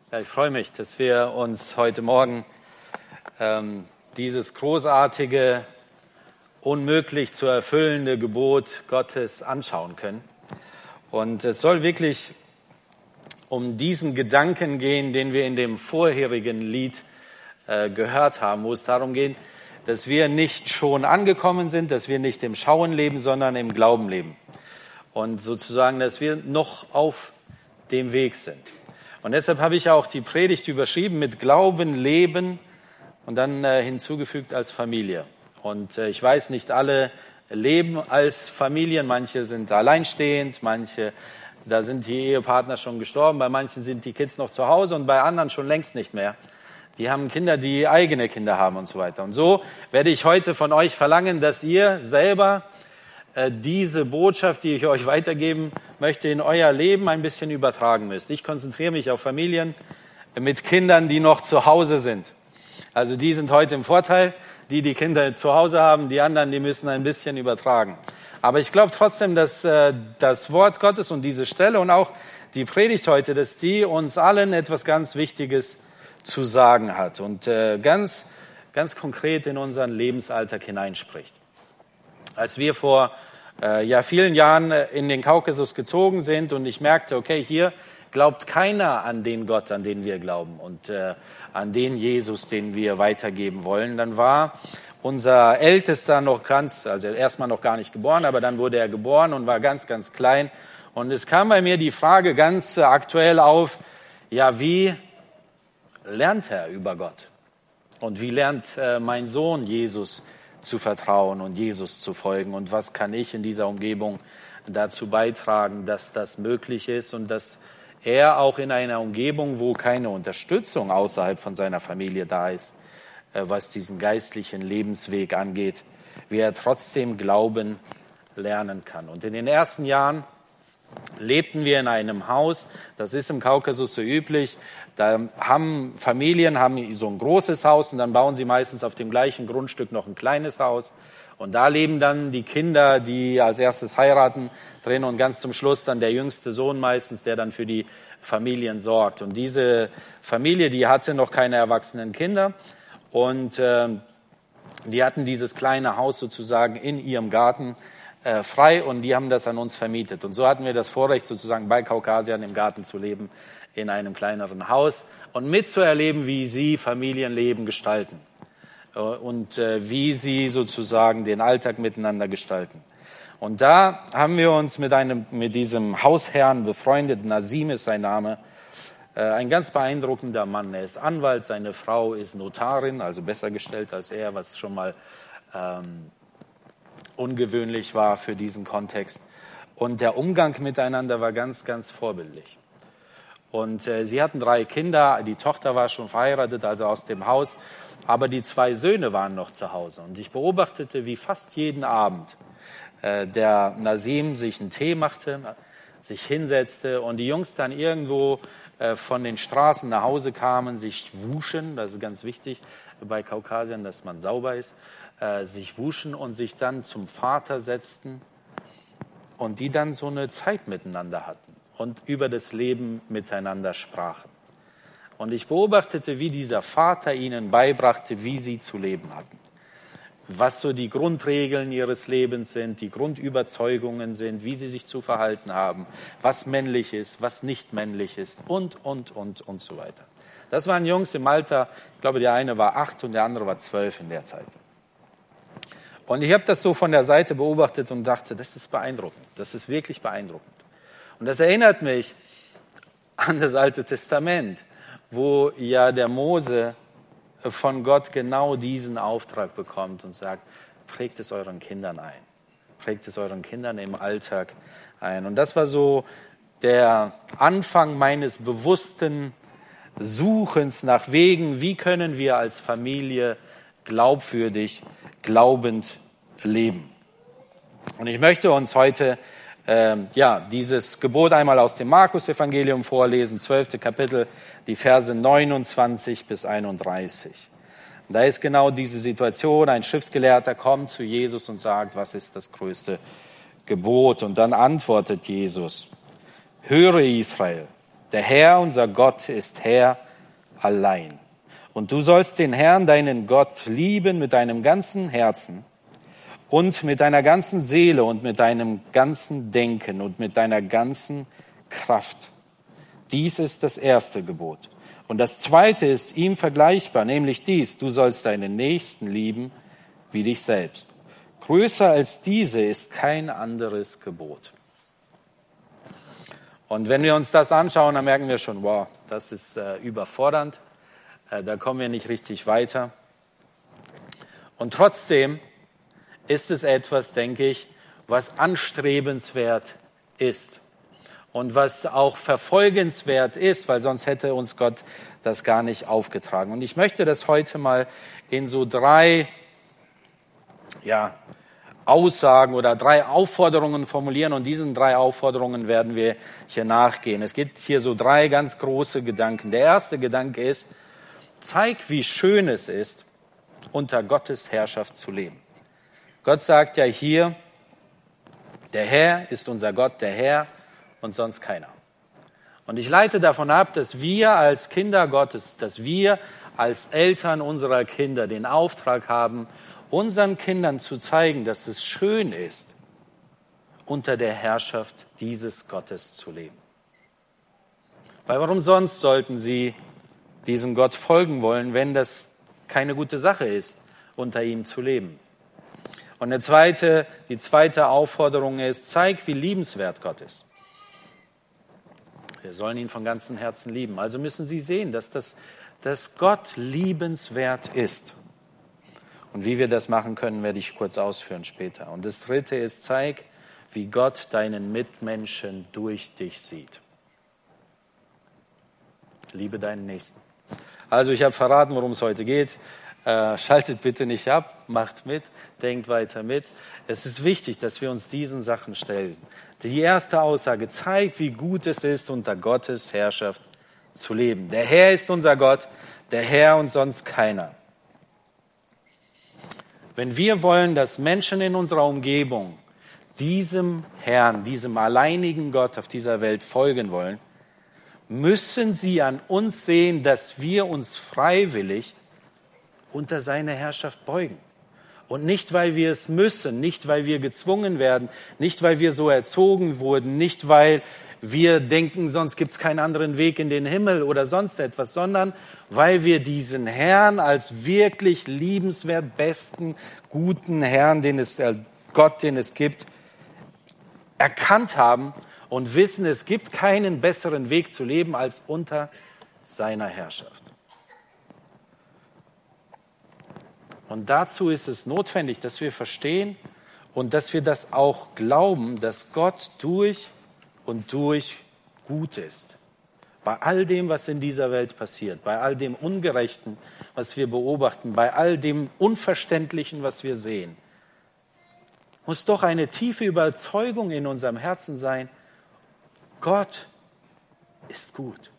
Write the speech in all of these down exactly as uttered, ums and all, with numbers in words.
Ja, ich freue mich, dass wir uns heute Morgen ähm, dieses großartige, unmöglich zu erfüllende Gebot Gottes anschauen können. Und es soll wirklich um diesen Gedanken gehen, den wir in dem vorherigen Lied äh, gehört haben, wo es darum geht, dass wir nicht schon angekommen sind, dass wir nicht im Schauen leben, sondern im Glauben leben. Und sozusagen, dass wir noch auf dem Weg sind. Und deshalb habe ich auch die Predigt überschrieben mit Glauben, Leben und dann äh, hinzugefügt als Familie. Und äh, ich weiß, nicht alle leben als Familien. Manche sind alleinstehend, manche, da sind die Ehepartner schon gestorben, bei manchen sind die Kids noch zu Hause und bei anderen schon längst nicht mehr. Die haben Kinder, die eigene Kinder haben und so weiter. Und so werde ich heute von euch verlangen, dass ihr selber äh, diese Botschaft, die ich euch weitergeben möchte, in euer Leben ein bisschen übertragen müsst. Ich konzentriere mich auf Familien mit Kindern, die noch zu Hause sind. Also die sind heute im Vorteil, die die Kinder zu Hause haben, die anderen, die müssen ein bisschen übertragen. Aber ich glaube trotzdem, dass äh, das Wort Gottes und diese Stelle und auch die Predigt heute, dass die uns allen etwas ganz Wichtiges zu sagen hat und äh, ganz, ganz konkret in unseren Lebensalltag hineinspricht. Als wir vor äh, ja, vielen Jahren in den Kaukasus gezogen sind und ich merkte, okay, hier glaubt keiner an den Gott, an den wir glauben und äh, an den Jesus, den wir weitergeben wollen, dann war unser Ältester noch ganz, also erstmal noch gar nicht geboren, aber dann wurde er geboren und war ganz, ganz klein. Und es kam bei mir die Frage ganz aktuell auf, ja, wie lernt er über Gott? Und wie lernt äh, mein Sohn Jesus zu vertrauen und Jesus zu folgen? Und was kann ich in dieser Umgebung dazu beitragen, dass das möglich ist und dass er auch in einer Umgebung, wo keine Unterstützung außerhalb von seiner Familie da ist, äh, was diesen geistlichen Lebensweg angeht, wie er trotzdem Glauben lernen kann. Und in den ersten Jahren lebten wir in einem Haus, das ist im Kaukasus so üblich, da haben Familien haben so ein großes Haus und dann bauen sie meistens auf dem gleichen Grundstück noch ein kleines Haus. Und da leben dann die Kinder, die als erstes heiraten, drin und ganz zum Schluss dann der jüngste Sohn meistens, der dann für die Familien sorgt. Und diese Familie, die hatte noch keine erwachsenen Kinder und äh, die hatten dieses kleine Haus sozusagen in ihrem Garten äh, frei und die haben das an uns vermietet. Und so hatten wir das Vorrecht, sozusagen bei Kaukasiern im Garten zu leben, in einem kleineren Haus und mitzuerleben, wie sie Familienleben gestalten und äh, wie sie sozusagen den Alltag miteinander gestalten. Und da haben wir uns mit einem mit diesem Hausherrn befreundet. Nasim ist sein Name. Äh, ein ganz beeindruckender Mann. Er ist Anwalt, seine Frau ist Notarin, also besser gestellt als er, was schon mal ähm, ungewöhnlich war für diesen Kontext. Und der Umgang miteinander war ganz, ganz vorbildlich. Und äh, sie hatten drei Kinder. Die Tochter war schon verheiratet, also aus dem Haus. Aber die zwei Söhne waren noch zu Hause. Und ich beobachtete, wie fast jeden Abend äh, der Nasim sich einen Tee machte, sich hinsetzte und die Jungs dann irgendwo äh, von den Straßen nach Hause kamen, sich wuschen, das ist ganz wichtig bei Kaukasiern, dass man sauber ist, äh, sich wuschen und sich dann zum Vater setzten und die dann so eine Zeit miteinander hatten und über das Leben miteinander sprachen. Und ich beobachtete, wie dieser Vater ihnen beibrachte, wie sie zu leben hatten. Was so die Grundregeln ihres Lebens sind, die Grundüberzeugungen sind, wie sie sich zu verhalten haben, was männlich ist, was nicht männlich ist und, und, und, und so weiter. Das waren Jungs im Alter, ich glaube, der eine war acht und der andere war zwölf in der Zeit. Und ich habe das so von der Seite beobachtet und dachte, das ist beeindruckend, das ist wirklich beeindruckend. Und das erinnert mich an das Alte Testament, wo ja der Mose von Gott genau diesen Auftrag bekommt und sagt, prägt es euren Kindern ein. Prägt es euren Kindern im Alltag ein. Und das war so der Anfang meines bewussten Suchens nach Wegen, wie können wir als Familie glaubwürdig, glaubend leben. Und ich möchte uns heute Ähm, ja, dieses Gebot einmal aus dem Markus-Evangelium vorlesen, zwölfte Kapitel, die Verse neunundzwanzig bis einunddreißig. Und da ist genau diese Situation, ein Schriftgelehrter kommt zu Jesus und sagt, was ist das größte Gebot? Und dann antwortet Jesus, höre Israel, Der Herr, unser Gott, ist Herr allein. Und du sollst den Herrn, deinen Gott, lieben mit deinem ganzen Herzen und mit deiner ganzen Seele und mit deinem ganzen Denken und mit deiner ganzen Kraft. Dies ist das erste Gebot. Und das zweite ist ihm vergleichbar, nämlich dies: Du sollst deinen Nächsten lieben wie dich selbst. Größer als diese ist kein anderes Gebot. Und wenn wir uns das anschauen, dann merken wir schon, wow, das ist äh, überfordernd. Äh, da kommen wir nicht richtig weiter. Und trotzdem ist es etwas, denke ich, was anstrebenswert ist und was auch verfolgenswert ist, weil sonst hätte uns Gott das gar nicht aufgetragen. Und ich möchte das heute mal in so drei ja, Aussagen oder drei Aufforderungen formulieren, und diesen drei Aufforderungen werden wir hier nachgehen. Es gibt hier so drei ganz große Gedanken. Der erste Gedanke ist: Zeig, wie schön es ist, unter Gottes Herrschaft zu leben. Gott sagt ja hier, der Herr ist unser Gott, der Herr und sonst keiner. Und ich leite davon ab, dass wir als Kinder Gottes, dass wir als Eltern unserer Kinder den Auftrag haben, unseren Kindern zu zeigen, dass es schön ist, unter der Herrschaft dieses Gottes zu leben. Weil warum sonst sollten sie diesem Gott folgen wollen, wenn das keine gute Sache ist, unter ihm zu leben? Und eine zweite, die zweite Aufforderung ist: Zeig, wie liebenswert Gott ist. Wir sollen ihn von ganzem Herzen lieben. Also müssen sie sehen, dass, das, dass Gott liebenswert ist. Und wie wir das machen können, werde ich kurz ausführen später. Und das dritte ist: Zeig, wie Gott deinen Mitmenschen durch dich sieht. Liebe deinen Nächsten. Also ich habe verraten, worum es heute geht. Äh, schaltet bitte nicht ab, macht mit, denkt weiter mit. Es ist wichtig, dass wir uns diesen Sachen stellen. Die erste Aussage zeigt, wie gut es ist, unter Gottes Herrschaft zu leben. Der Herr ist unser Gott, der Herr und sonst keiner. Wenn wir wollen, dass Menschen in unserer Umgebung diesem Herrn, diesem alleinigen Gott auf dieser Welt folgen wollen, müssen sie an uns sehen, dass wir uns freiwillig unter seine Herrschaft beugen. Und nicht, weil wir es müssen, nicht, weil wir gezwungen werden, nicht, weil wir so erzogen wurden, nicht, weil wir denken, sonst gibt es keinen anderen Weg in den Himmel oder sonst etwas, sondern weil wir diesen Herrn als wirklich liebenswert besten, guten Herrn, den es, äh, Gott, den es gibt, erkannt haben und wissen, es gibt keinen besseren Weg zu leben als unter seiner Herrschaft. Und dazu ist es notwendig, dass wir verstehen und dass wir das auch glauben, dass Gott durch und durch gut ist. Bei all dem, was in dieser Welt passiert, bei all dem Ungerechten, was wir beobachten, bei all dem Unverständlichen, was wir sehen, muss doch eine tiefe Überzeugung in unserem Herzen sein: Gott ist gut.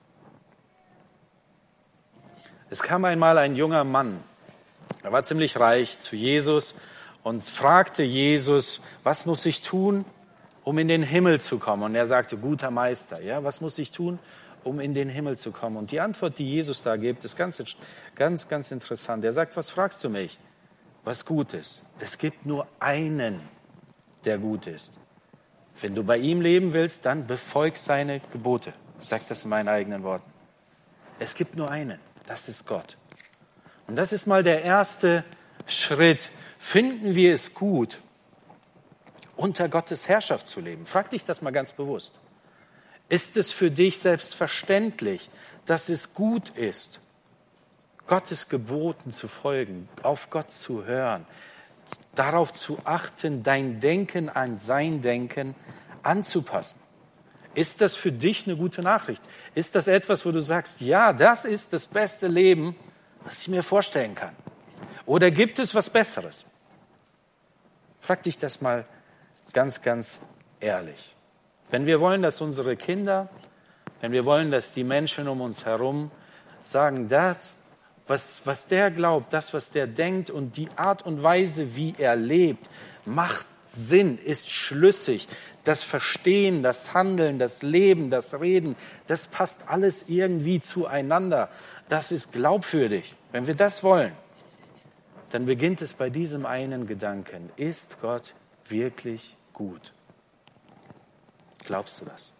Es kam einmal ein junger Mann, er war ziemlich reich, zu Jesus und fragte Jesus: Was muss ich tun, um in den Himmel zu kommen? Und er sagte: Guter Meister, ja, was muss ich tun, um in den Himmel zu kommen? Und die Antwort, die Jesus da gibt, ist ganz, ganz, ganz interessant. Er sagt: Was fragst du mich, was gut ist? Es gibt nur einen, der gut ist. Wenn du bei ihm leben willst, dann befolg seine Gebote. Ich sage das in meinen eigenen Worten. Es gibt nur einen, das ist Gott. Und das ist mal der erste Schritt. Finden wir es gut, unter Gottes Herrschaft zu leben? Frag dich das mal ganz bewusst. Ist es für dich selbstverständlich, dass es gut ist, Gottes Geboten zu folgen, auf Gott zu hören, darauf zu achten, dein Denken an sein Denken anzupassen? Ist das für dich eine gute Nachricht? Ist das etwas, wo du sagst: Ja, das ist das beste Leben, was ich mir vorstellen kann? Oder gibt es was Besseres? Frag dich das mal ganz, ganz ehrlich. Wenn wir wollen, dass unsere Kinder, wenn wir wollen, dass die Menschen um uns herum sagen, das, was, was der glaubt, das, was der denkt und die Art und Weise, wie er lebt, macht Sinn, ist schlüssig, das Verstehen, das Handeln, das Leben, das Reden, das passt alles irgendwie zueinander. Das ist glaubwürdig. Wenn wir das wollen, dann beginnt es bei diesem einen Gedanken. Ist Gott wirklich gut? Glaubst du das?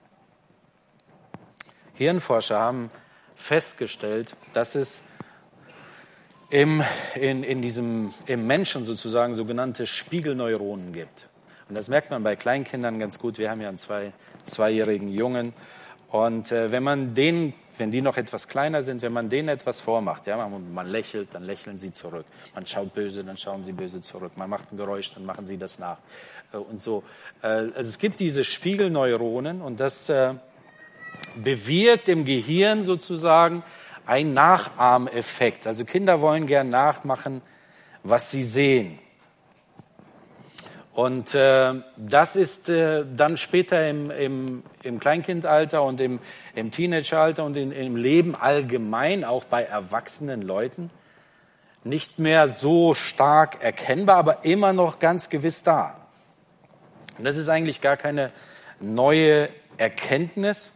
Hirnforscher haben festgestellt, dass es im, in, in diesem, im Menschen sozusagen sogenannte Spiegelneuronen gibt. Und das merkt man bei Kleinkindern ganz gut. Wir haben ja einen zwei, zweijährigen Jungen. Und äh, wenn man denen, wenn die noch etwas kleiner sind, wenn man denen etwas vormacht, ja, man, man lächelt, dann lächeln sie zurück. Man schaut böse, dann schauen sie böse zurück. Man macht ein Geräusch, dann machen sie das nach. Äh, und so. Äh, also es gibt diese Spiegelneuronen und das äh, bewirkt im Gehirn sozusagen ein Nachahmeffekt. Also Kinder wollen gern nachmachen, was sie sehen. Und äh, das ist äh, dann später im, im, im Kleinkindalter und im, im Teenageralter und in, im Leben allgemein, auch bei erwachsenen Leuten, nicht mehr so stark erkennbar, aber immer noch ganz gewiss da. Und das ist eigentlich gar keine neue Erkenntnis,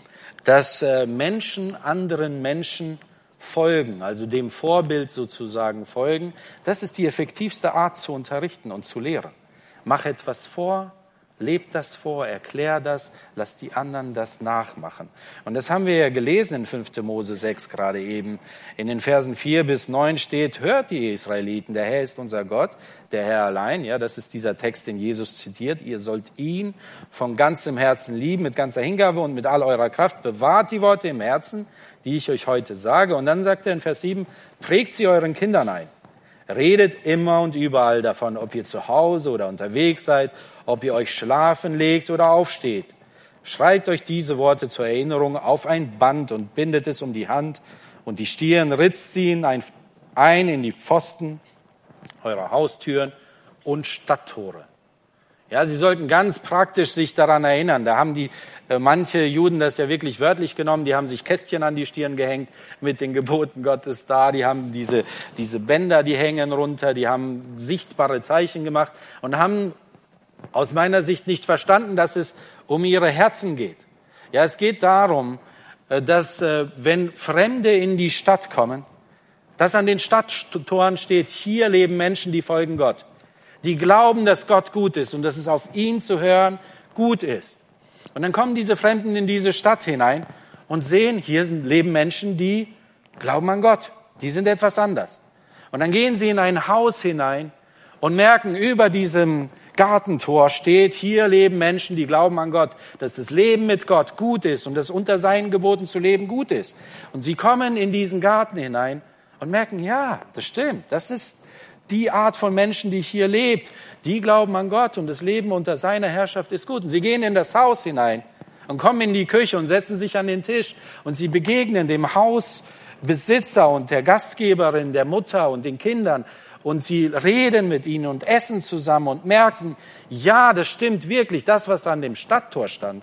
dass äh, Menschen anderen Menschen folgen, also dem Vorbild sozusagen folgen. Das ist die effektivste Art zu unterrichten und zu lehren. Mach etwas vor, leb das vor, erklär das, lass die anderen das nachmachen. Und das haben wir ja gelesen in fünfter Mose sechs gerade eben. In den Versen vier bis neun steht, hört die Israeliten, der Herr ist unser Gott, der Herr allein. Ja, das ist dieser Text, den Jesus zitiert. Ihr sollt ihn von ganzem Herzen lieben, mit ganzer Hingabe und mit all eurer Kraft. Bewahrt die Worte im Herzen, die ich euch heute sage. Und dann sagt er in Vers sieben, prägt sie euren Kindern ein. Redet immer und überall davon, ob ihr zu Hause oder unterwegs seid, ob ihr euch schlafen legt oder aufsteht. Schreibt euch diese Worte zur Erinnerung auf ein Band und bindet es um die Hand und die Stirn, ritzt sie ein, ein in die Pfosten eurer Haustüren und Stadttore. Ja, sie sollten ganz praktisch sich daran erinnern. Da haben die äh, manche Juden das ja wirklich wörtlich genommen. Die haben sich Kästchen an die Stirn gehängt mit den Geboten Gottes da. Die haben diese, diese Bänder, die hängen runter. Die haben sichtbare Zeichen gemacht und haben aus meiner Sicht nicht verstanden, dass es um ihre Herzen geht. Ja, es geht darum, äh, dass äh, wenn Fremde in die Stadt kommen, dass an den Stadttoren steht, hier leben Menschen, die folgen Gott. Die glauben, dass Gott gut ist und dass es auf ihn zu hören gut ist. Und dann kommen diese Fremden in diese Stadt hinein und sehen, hier leben Menschen, die glauben an Gott. Die sind etwas anders. Und dann gehen sie in ein Haus hinein und merken, über diesem Gartentor steht, hier leben Menschen, die glauben an Gott, dass das Leben mit Gott gut ist und dass unter seinen Geboten zu leben gut ist. Und sie kommen in diesen Garten hinein und merken, ja, das stimmt, das ist die Art von Menschen, die hier lebt, die glauben an Gott und das Leben unter seiner Herrschaft ist gut. Und sie gehen in das Haus hinein und kommen in die Küche und setzen sich an den Tisch und sie begegnen dem Hausbesitzer und der Gastgeberin, der Mutter und den Kindern und sie reden mit ihnen und essen zusammen und merken, ja, das stimmt wirklich, das, was an dem Stadttor stand,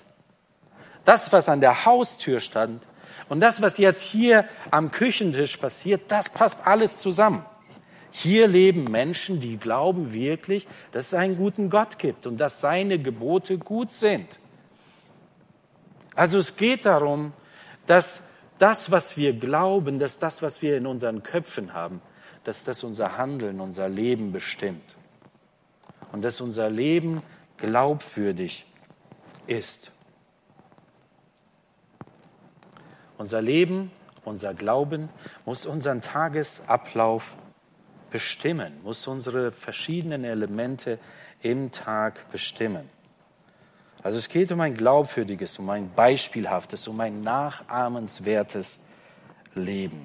das, was an der Haustür stand und das, was jetzt hier am Küchentisch passiert, das passt alles zusammen. Hier leben Menschen, die glauben wirklich, dass es einen guten Gott gibt und dass seine Gebote gut sind. Also es geht darum, dass das, was wir glauben, dass das, was wir in unseren Köpfen haben, dass das unser Handeln, unser Leben bestimmt. Und dass unser Leben glaubwürdig ist. Unser Leben, unser Glauben muss unseren Tagesablauf bestimmen, muss unsere verschiedenen Elemente im Tag bestimmen. Also es geht um ein glaubwürdiges, um ein beispielhaftes, um ein nachahmenswertes Leben.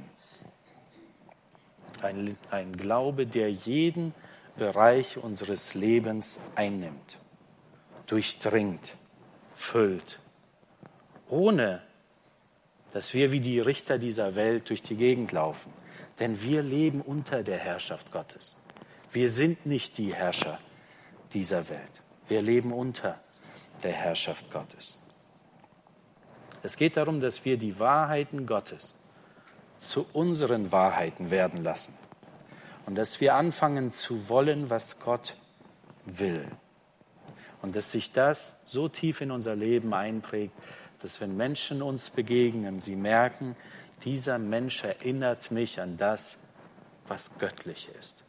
Ein, ein Glaube, der jeden Bereich unseres Lebens einnimmt, durchdringt, füllt, ohne dass wir wie die Richter dieser Welt durch die Gegend laufen. Denn wir leben unter der Herrschaft Gottes. Wir sind nicht die Herrscher dieser Welt. Wir leben unter der Herrschaft Gottes. Es geht darum, dass wir die Wahrheiten Gottes zu unseren Wahrheiten werden lassen. Und dass wir anfangen zu wollen, was Gott will. Und dass sich das so tief in unser Leben einprägt, dass wenn Menschen uns begegnen, sie merken, dieser Mensch erinnert mich an das, was göttlich ist.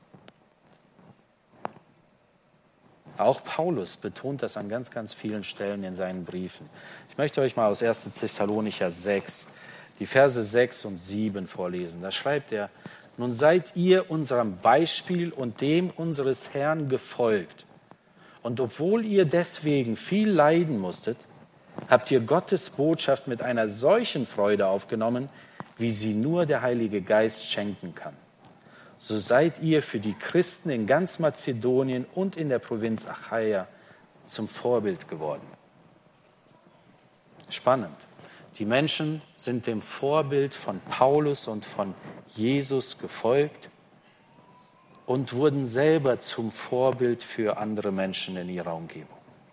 Auch Paulus betont das an ganz, ganz vielen Stellen in seinen Briefen. Ich möchte euch mal aus erster Thessalonicher sechs, die Verse sechs und sieben vorlesen. Da schreibt er: Nun seid ihr unserem Beispiel und dem unseres Herrn gefolgt. Und obwohl ihr deswegen viel leiden musstet, habt ihr Gottes Botschaft mit einer solchen Freude aufgenommen, wie sie nur der Heilige Geist schenken kann. So seid ihr für die Christen in ganz Mazedonien und in der Provinz Achaia zum Vorbild geworden. Spannend. Die Menschen sind dem Vorbild von Paulus und von Jesus gefolgt und wurden selber zum Vorbild für andere Menschen in ihrer Umgebung.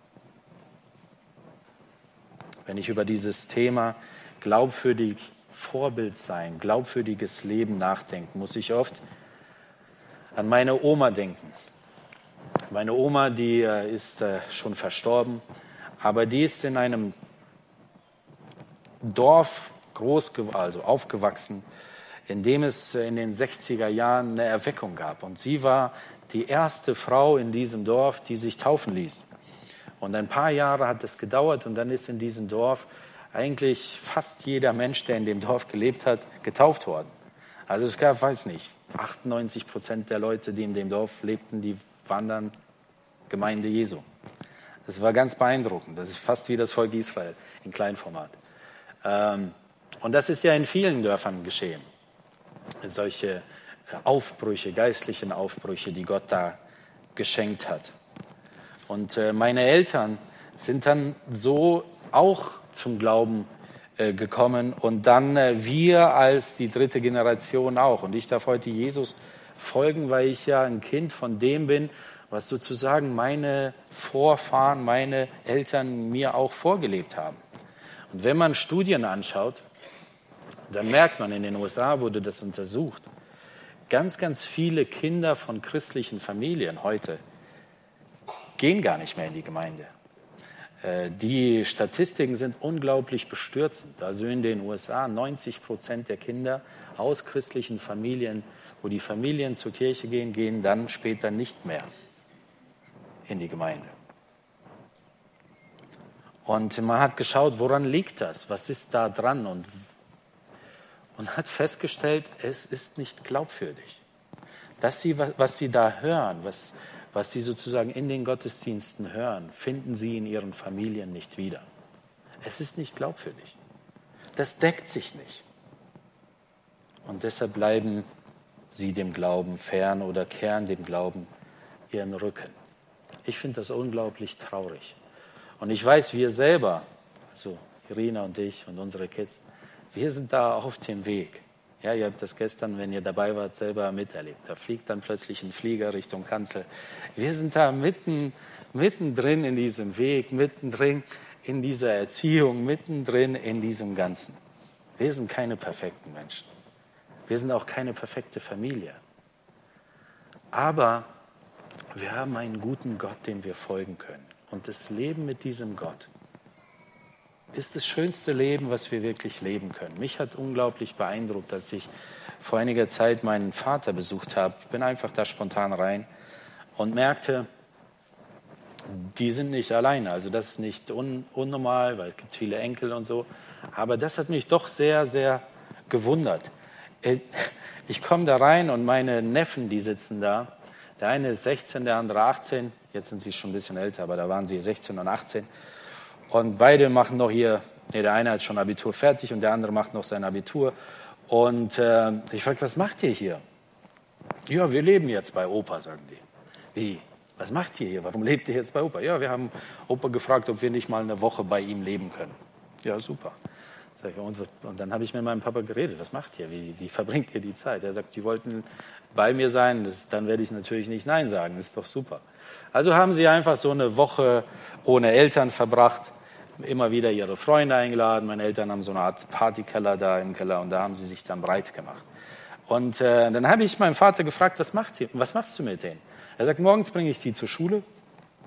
Wenn ich über dieses Thema glaubwürdig Vorbild sein, glaubwürdiges Leben nachdenke, muss ich oft an meine Oma denken. Meine Oma, die äh, ist äh, schon verstorben, aber die ist in einem Dorf groß, also aufgewachsen, in dem es in den sechziger Jahren eine Erweckung gab. Und sie war die erste Frau in diesem Dorf, die sich taufen ließ. Und ein paar Jahre hat es gedauert und dann ist in diesem Dorf eigentlich fast jeder Mensch, der in dem Dorf gelebt hat, getauft worden. Also es gab, weiß nicht, achtundneunzig Prozent der Leute, die in dem Dorf lebten, die waren dann Gemeinde Jesu. Das war ganz beeindruckend. Das ist fast wie das Volk Israel in Kleinformat. Und das ist ja in vielen Dörfern geschehen. Solche Aufbrüche, geistlichen Aufbrüche, die Gott da geschenkt hat. Und meine Eltern sind dann so auch zum Glauben gekommen und dann wir als die dritte Generation auch. Und ich darf heute Jesus folgen, weil ich ja ein Kind von dem bin, was sozusagen meine Vorfahren, meine Eltern mir auch vorgelebt haben. Und wenn man Studien anschaut, dann merkt man, in den U S A wurde das untersucht, ganz, ganz viele Kinder von christlichen Familien heute gehen gar nicht mehr in die Gemeinde. Die Statistiken sind unglaublich bestürzend. Also in den U S A neunzig Prozent der Kinder aus christlichen Familien, wo die Familien zur Kirche gehen, gehen dann später nicht mehr in die Gemeinde. Und man hat geschaut, woran liegt das? Was ist da dran? Und, und hat festgestellt, es ist nicht glaubwürdig. Dass sie, was sie da hören, was Was sie sozusagen in den Gottesdiensten hören, finden sie in ihren Familien nicht wieder. Es ist nicht glaubwürdig. Das deckt sich nicht. Und deshalb bleiben sie dem Glauben fern oder kehren dem Glauben ihren Rücken. Ich finde das unglaublich traurig. Und ich weiß, wir selber, also Irina und ich und unsere Kids, wir sind da auf dem Weg. Ja, ihr habt das gestern, wenn ihr dabei wart, selber miterlebt. Da fliegt dann plötzlich ein Flieger Richtung Kanzel. Wir sind da mitten, mittendrin in diesem Weg, mittendrin in dieser Erziehung, mittendrin in diesem Ganzen. Wir sind keine perfekten Menschen. Wir sind auch keine perfekte Familie. Aber wir haben einen guten Gott, dem wir folgen können. Und das Leben mit diesem Gott ist das schönste Leben, was wir wirklich leben können. Mich hat unglaublich beeindruckt, als ich vor einiger Zeit meinen Vater besucht habe. Ich bin einfach da spontan rein und merkte, die sind nicht alleine. Also das ist nicht un- unnormal, weil es gibt viele Enkel und so. Aber das hat mich doch sehr, sehr gewundert. Ich komme da rein und meine Neffen, die sitzen da. Der eine ist sechzehn, der andere achtzehn. Jetzt sind sie schon ein bisschen älter, aber da waren sie sechzehn und achtzehn. Und beide machen noch hier, nee, der eine hat schon Abitur fertig und der andere macht noch sein Abitur. Und äh, ich frage, was macht ihr hier? Ja, wir leben jetzt bei Opa, sagen die. Wie? Was macht ihr hier? Warum lebt ihr jetzt bei Opa? Ja, wir haben Opa gefragt, ob wir nicht mal eine Woche bei ihm leben können. Ja, super. Sag ich, und, und dann habe ich mit meinem Papa geredet. Was macht ihr? Wie, wie verbringt ihr die Zeit? Er sagt, die wollten bei mir sein. Das, dann werde ich natürlich nicht Nein sagen. Das ist doch super. Also haben sie einfach so eine Woche ohne Eltern verbracht, immer wieder ihre Freunde eingeladen. Meine Eltern haben so eine Art Partykeller da im Keller und da haben sie sich dann breit gemacht. Und äh, dann habe ich meinen Vater gefragt, was macht sie? Was machst du mit denen? Er sagt, morgens bringe ich sie zur Schule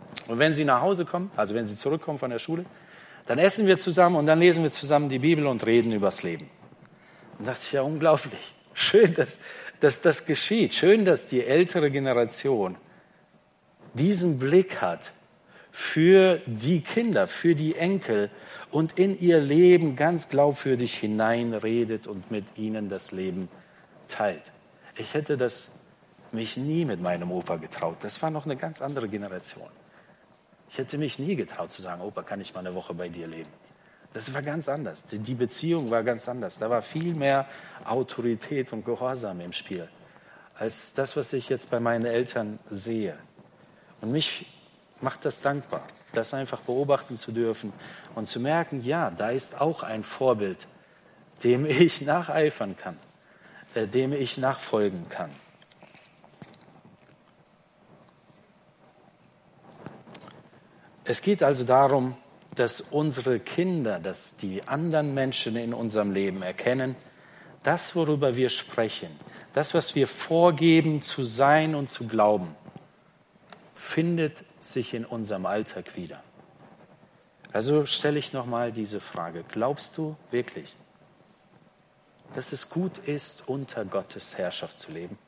Und wenn sie nach Hause kommen, also wenn sie zurückkommen von der Schule, dann essen wir zusammen und dann lesen wir zusammen die Bibel und reden übers Leben. Und das ist ja unglaublich. Schön, dass, dass das geschieht. Schön, dass die ältere Generation diesen Blick hat für die Kinder, für die Enkel und in ihr Leben ganz glaubwürdig hineinredet und mit ihnen das Leben teilt. Ich hätte das mich nie mit meinem Opa getraut. Das war noch eine ganz andere Generation. Ich hätte mich nie getraut zu sagen, Opa, kann ich mal eine Woche bei dir leben? Das war ganz anders. Die Beziehung war ganz anders. Da war viel mehr Autorität und Gehorsam im Spiel, als das, was ich jetzt bei meinen Eltern sehe. Und mich macht das dankbar, das einfach beobachten zu dürfen und zu merken, ja, da ist auch ein Vorbild, dem ich nacheifern kann, äh, dem ich nachfolgen kann. Es geht also darum, dass unsere Kinder, dass die anderen Menschen in unserem Leben erkennen, das, worüber wir sprechen, das, was wir vorgeben zu sein und zu glauben, findet sich in unserem Alltag wieder. Also stelle ich nochmal diese Frage. Glaubst du wirklich, dass es gut ist, unter Gottes Herrschaft zu leben?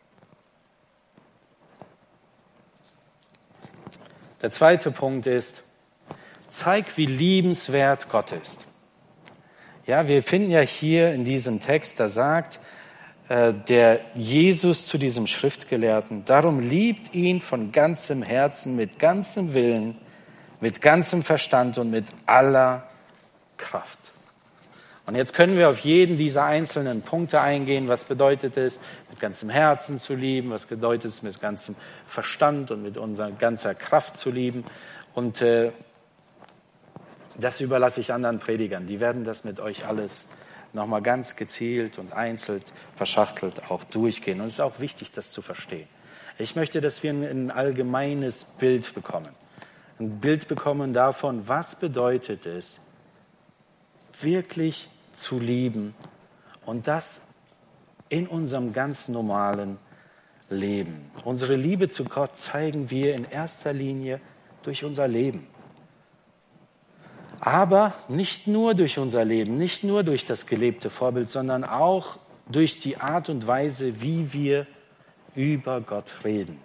Der zweite Punkt ist, zeig, wie liebenswert Gott ist. Ja, wir finden ja hier in diesem Text, da sagt äh, der Jesus zu diesem Schriftgelehrten, darum liebt ihn von ganzem Herzen, mit ganzem Willen, mit ganzem Verstand und mit aller Kraft. Und jetzt können wir auf jeden dieser einzelnen Punkte eingehen. Was bedeutet es, mit ganzem Herzen zu lieben? Was bedeutet es, mit ganzem Verstand und mit unserer ganzer Kraft zu lieben? Und äh, das überlasse ich anderen Predigern. Die werden das mit euch alles nochmal ganz gezielt und einzeln verschachtelt auch durchgehen. Und es ist auch wichtig, das zu verstehen. Ich möchte, dass wir ein allgemeines Bild bekommen. Ein Bild bekommen davon, was bedeutet es, wirklich zu lieben und das in unserem ganz normalen Leben. Unsere Liebe zu Gott zeigen wir in erster Linie durch unser Leben. Aber nicht nur durch unser Leben, nicht nur durch das gelebte Vorbild, sondern auch durch die Art und Weise, wie wir über Gott reden.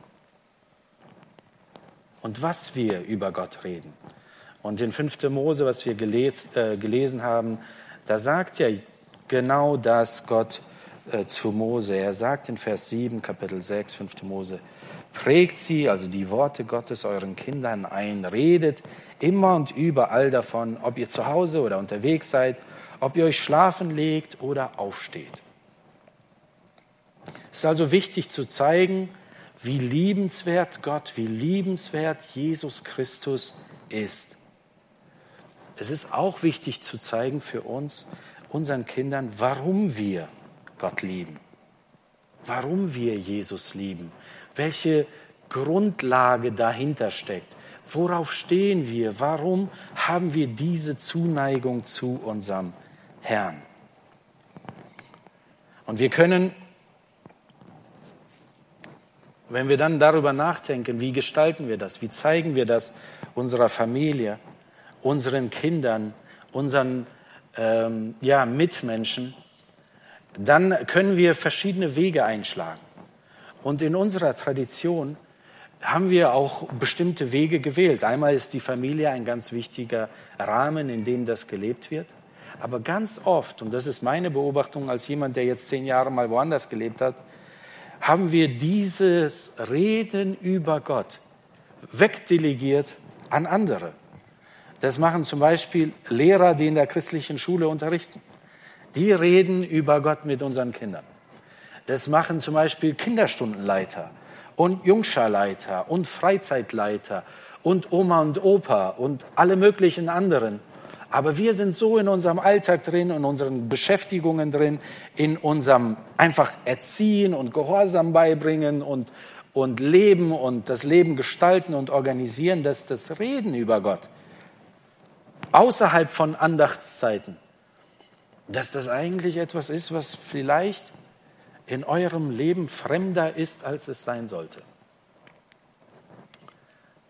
Und was wir über Gott reden. Und in fünfter Mose, was wir geles, äh, gelesen haben, da sagt ja genau das Gott äh, zu Mose. Er sagt in Vers sieben, Kapitel sechs, fünfter Mose, prägt sie, also die Worte Gottes, euren Kindern ein, redet immer und überall davon, ob ihr zu Hause oder unterwegs seid, ob ihr euch schlafen legt oder aufsteht. Es ist also wichtig zu zeigen, wie liebenswert Gott, wie liebenswert Jesus Christus ist. Es ist auch wichtig zu zeigen für uns, unseren Kindern, warum wir Gott lieben, warum wir Jesus lieben, welche Grundlage dahinter steckt, worauf stehen wir, warum haben wir diese Zuneigung zu unserem Herrn. Und wir können, wenn wir dann darüber nachdenken, wie gestalten wir das, wie zeigen wir das unserer Familie, unseren Kindern, unseren ähm, ja, Mitmenschen, dann können wir verschiedene Wege einschlagen. Und in unserer Tradition haben wir auch bestimmte Wege gewählt. Einmal ist die Familie ein ganz wichtiger Rahmen, in dem das gelebt wird. Aber ganz oft, und das ist meine Beobachtung als jemand, der jetzt zehn Jahre mal woanders gelebt hat, haben wir dieses Reden über Gott wegdelegiert an andere. Das machen zum Beispiel Lehrer, die in der christlichen Schule unterrichten. Die reden über Gott mit unseren Kindern. Das machen zum Beispiel Kinderstundenleiter und Jungscharleiter und Freizeitleiter und Oma und Opa und alle möglichen anderen. Aber wir sind so in unserem Alltag drin, in unseren Beschäftigungen drin, in unserem einfach Erziehen und Gehorsam beibringen und, und Leben und das Leben gestalten und organisieren, dass das Reden über Gott außerhalb von Andachtszeiten, dass das eigentlich etwas ist, was vielleicht in eurem Leben fremder ist, als es sein sollte.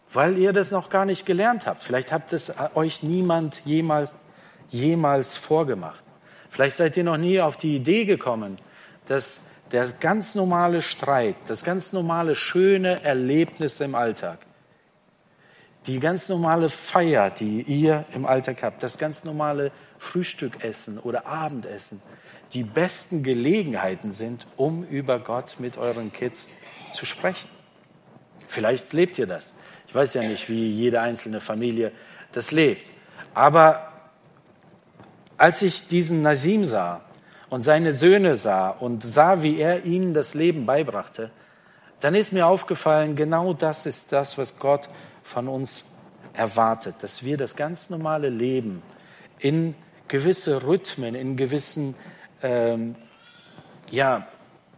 weil ihr das noch gar nicht gelernt habt. Vielleicht habt es euch niemand jemals, jemals vorgemacht. Vielleicht seid ihr noch nie auf die Idee gekommen, dass der ganz normale Streit, das ganz normale schöne Erlebnis im Alltag, die ganz normale Feier, die ihr im Alltag habt, das ganz normale Frühstückessen oder Abendessen, die besten Gelegenheiten sind, um über Gott mit euren Kids zu sprechen. Vielleicht lebt ihr das. Ich weiß ja nicht, wie jede einzelne Familie das lebt. Aber als ich diesen Nasim sah und seine Söhne sah und sah, wie er ihnen das Leben beibrachte, dann ist mir aufgefallen, genau das ist das, was Gott von uns erwartet, dass wir das ganz normale Leben in gewisse Rhythmen, in gewissen, ähm, ja,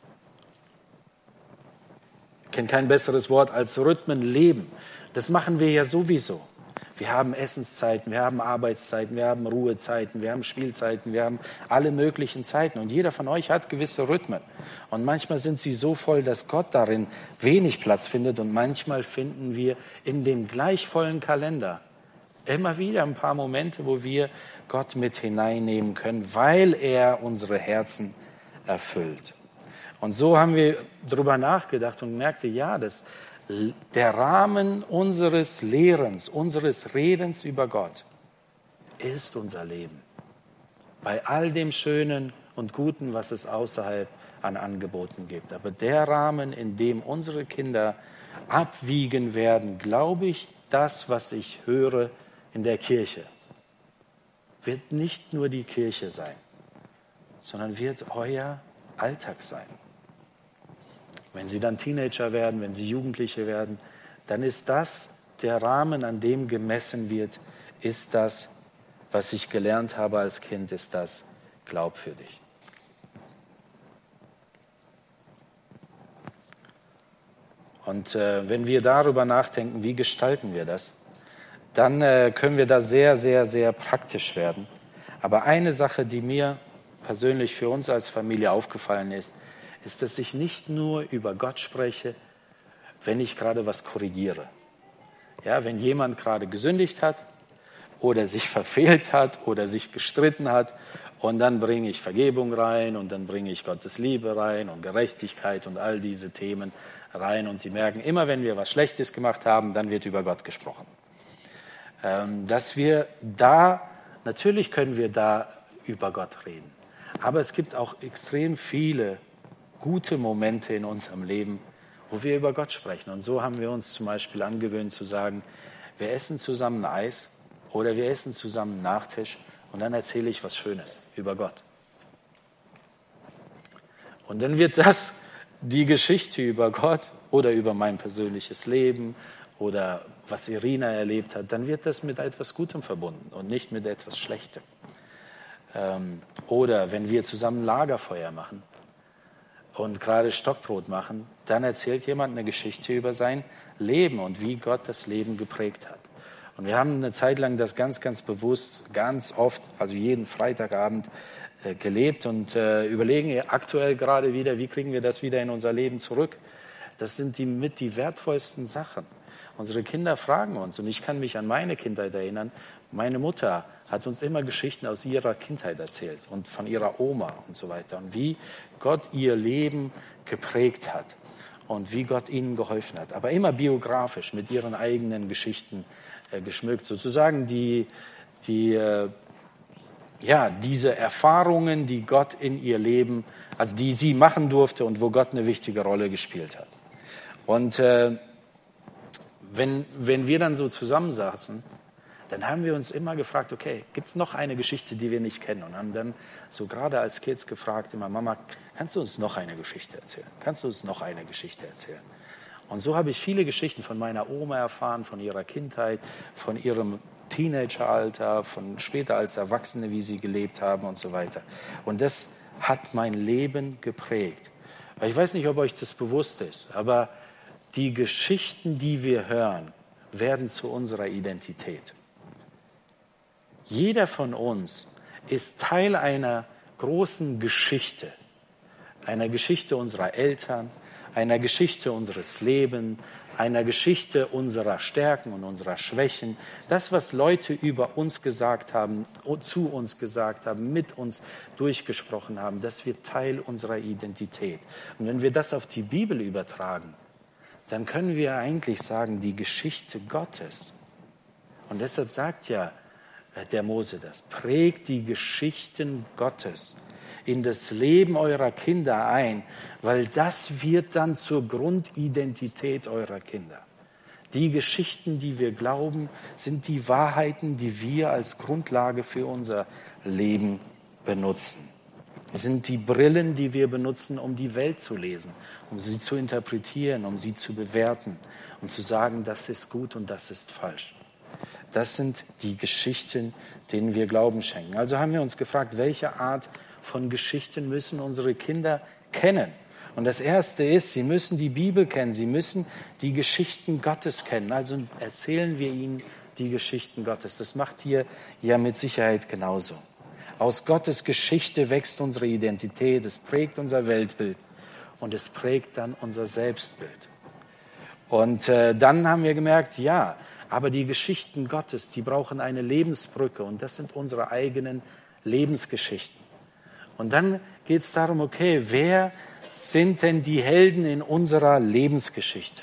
ich kenne kein besseres Wort als Rhythmen leben. Das machen wir ja sowieso. Wir haben Essenszeiten, wir haben Arbeitszeiten, wir haben Ruhezeiten, wir haben Spielzeiten, wir haben alle möglichen Zeiten. Und jeder von euch hat gewisse Rhythmen. Und manchmal sind sie so voll, dass Gott darin wenig Platz findet. Und manchmal finden wir in dem gleich vollen Kalender immer wieder ein paar Momente, wo wir Gott mit hineinnehmen können, weil er unsere Herzen erfüllt. Und so haben wir darüber nachgedacht und merkte, ja, das der Rahmen unseres Lehrens, unseres Redens über Gott ist unser Leben. Bei all dem Schönen und Guten, was es außerhalb an Angeboten gibt. Aber der Rahmen, in dem unsere Kinder abwiegen werden, glaube ich, das, was ich höre in der Kirche, wird nicht nur die Kirche sein, sondern wird euer Alltag sein. Wenn sie dann Teenager werden, wenn sie Jugendliche werden, dann ist das der Rahmen, an dem gemessen wird, ist das, was ich gelernt habe als Kind, ist das glaubwürdig. Und äh, wenn wir darüber nachdenken, wie gestalten wir das, dann äh, können wir da sehr, sehr, sehr praktisch werden. Aber eine Sache, die mir persönlich für uns als Familie aufgefallen ist, ist, dass ich nicht nur über Gott spreche, wenn ich gerade was korrigiere. Ja, wenn jemand gerade gesündigt hat oder sich verfehlt hat oder sich gestritten hat und dann bringe ich Vergebung rein und dann bringe ich Gottes Liebe rein und Gerechtigkeit und all diese Themen rein. Und Sie merken, immer wenn wir was Schlechtes gemacht haben, dann wird über Gott gesprochen. Ähm, dass wir da, natürlich können wir da über Gott reden, aber es gibt auch extrem viele gute Momente in unserem Leben, wo wir über Gott sprechen. Und so haben wir uns zum Beispiel angewöhnt zu sagen, wir essen zusammen Eis oder wir essen zusammen einen Nachtisch und dann erzähle ich was Schönes über Gott. Und dann wird das die Geschichte über Gott oder über mein persönliches Leben oder was Irina erlebt hat, dann wird das mit etwas Gutem verbunden und nicht mit etwas Schlechtem. Ähm, oder wenn wir zusammen Lagerfeuer machen und gerade Stockbrot machen, dann erzählt jemand eine Geschichte über sein Leben und wie Gott das Leben geprägt hat. Und wir haben eine Zeit lang das ganz, ganz bewusst, ganz oft, also jeden Freitagabend äh, gelebt und äh, überlegen aktuell gerade wieder, wie kriegen wir das wieder in unser Leben zurück. Das sind die mit die wertvollsten Sachen. Unsere Kinder fragen uns, und ich kann mich an meine Kindheit erinnern, meine Mutter hat uns immer Geschichten aus ihrer Kindheit erzählt und von ihrer Oma und so weiter und wie Gott ihr Leben geprägt hat und wie Gott ihnen geholfen hat. Aber immer biografisch, mit ihren eigenen Geschichten äh, geschmückt. Sozusagen die, die, äh, ja, diese Erfahrungen, die Gott in ihr Leben, also die sie machen durfte und wo Gott eine wichtige Rolle gespielt hat. Und äh, wenn, wenn wir dann so zusammensaßen, dann haben wir uns immer gefragt, okay, gibt es noch eine Geschichte, die wir nicht kennen? Und haben dann so gerade als Kids gefragt, immer, Mama, kannst du uns noch eine Geschichte erzählen? Kannst du uns noch eine Geschichte erzählen? Und so habe ich viele Geschichten von meiner Oma erfahren, von ihrer Kindheit, von ihrem Teenageralter, von später als Erwachsene, wie sie gelebt haben und so weiter. Und das hat mein Leben geprägt. Ich weiß nicht, ob euch das bewusst ist, aber die Geschichten, die wir hören, werden zu unserer Identität. Jeder von uns ist Teil einer großen Geschichte, einer Geschichte unserer Eltern, einer Geschichte unseres Lebens, einer Geschichte unserer Stärken und unserer Schwächen. Das, was Leute über uns gesagt haben, zu uns gesagt haben, mit uns durchgesprochen haben, das wird Teil unserer Identität. Und wenn wir das auf die Bibel übertragen, dann können wir eigentlich sagen, die Geschichte Gottes. Und deshalb sagt ja der Mose das, prägt die Geschichten Gottes in das Leben eurer Kinder ein, weil das wird dann zur Grundidentität eurer Kinder. Die Geschichten, die wir glauben, sind die Wahrheiten, die wir als Grundlage für unser Leben benutzen. Es sind die Brillen, die wir benutzen, um die Welt zu lesen, um sie zu interpretieren, um sie zu bewerten, um zu sagen, das ist gut und das ist falsch. Das sind die Geschichten, denen wir Glauben schenken. Also haben wir uns gefragt, welche Art von Geschichten müssen unsere Kinder kennen? Und das Erste ist, sie müssen die Bibel kennen, sie müssen die Geschichten Gottes kennen. Also erzählen wir ihnen die Geschichten Gottes. Das macht hier ja mit Sicherheit genauso. Aus Gottes Geschichte wächst unsere Identität, es prägt unser Weltbild und es prägt dann unser Selbstbild. Und äh, dann haben wir gemerkt, ja, aber die Geschichten Gottes, die brauchen eine Lebensbrücke und das sind unsere eigenen Lebensgeschichten. Und dann geht es darum, okay, wer sind denn die Helden in unserer Lebensgeschichte?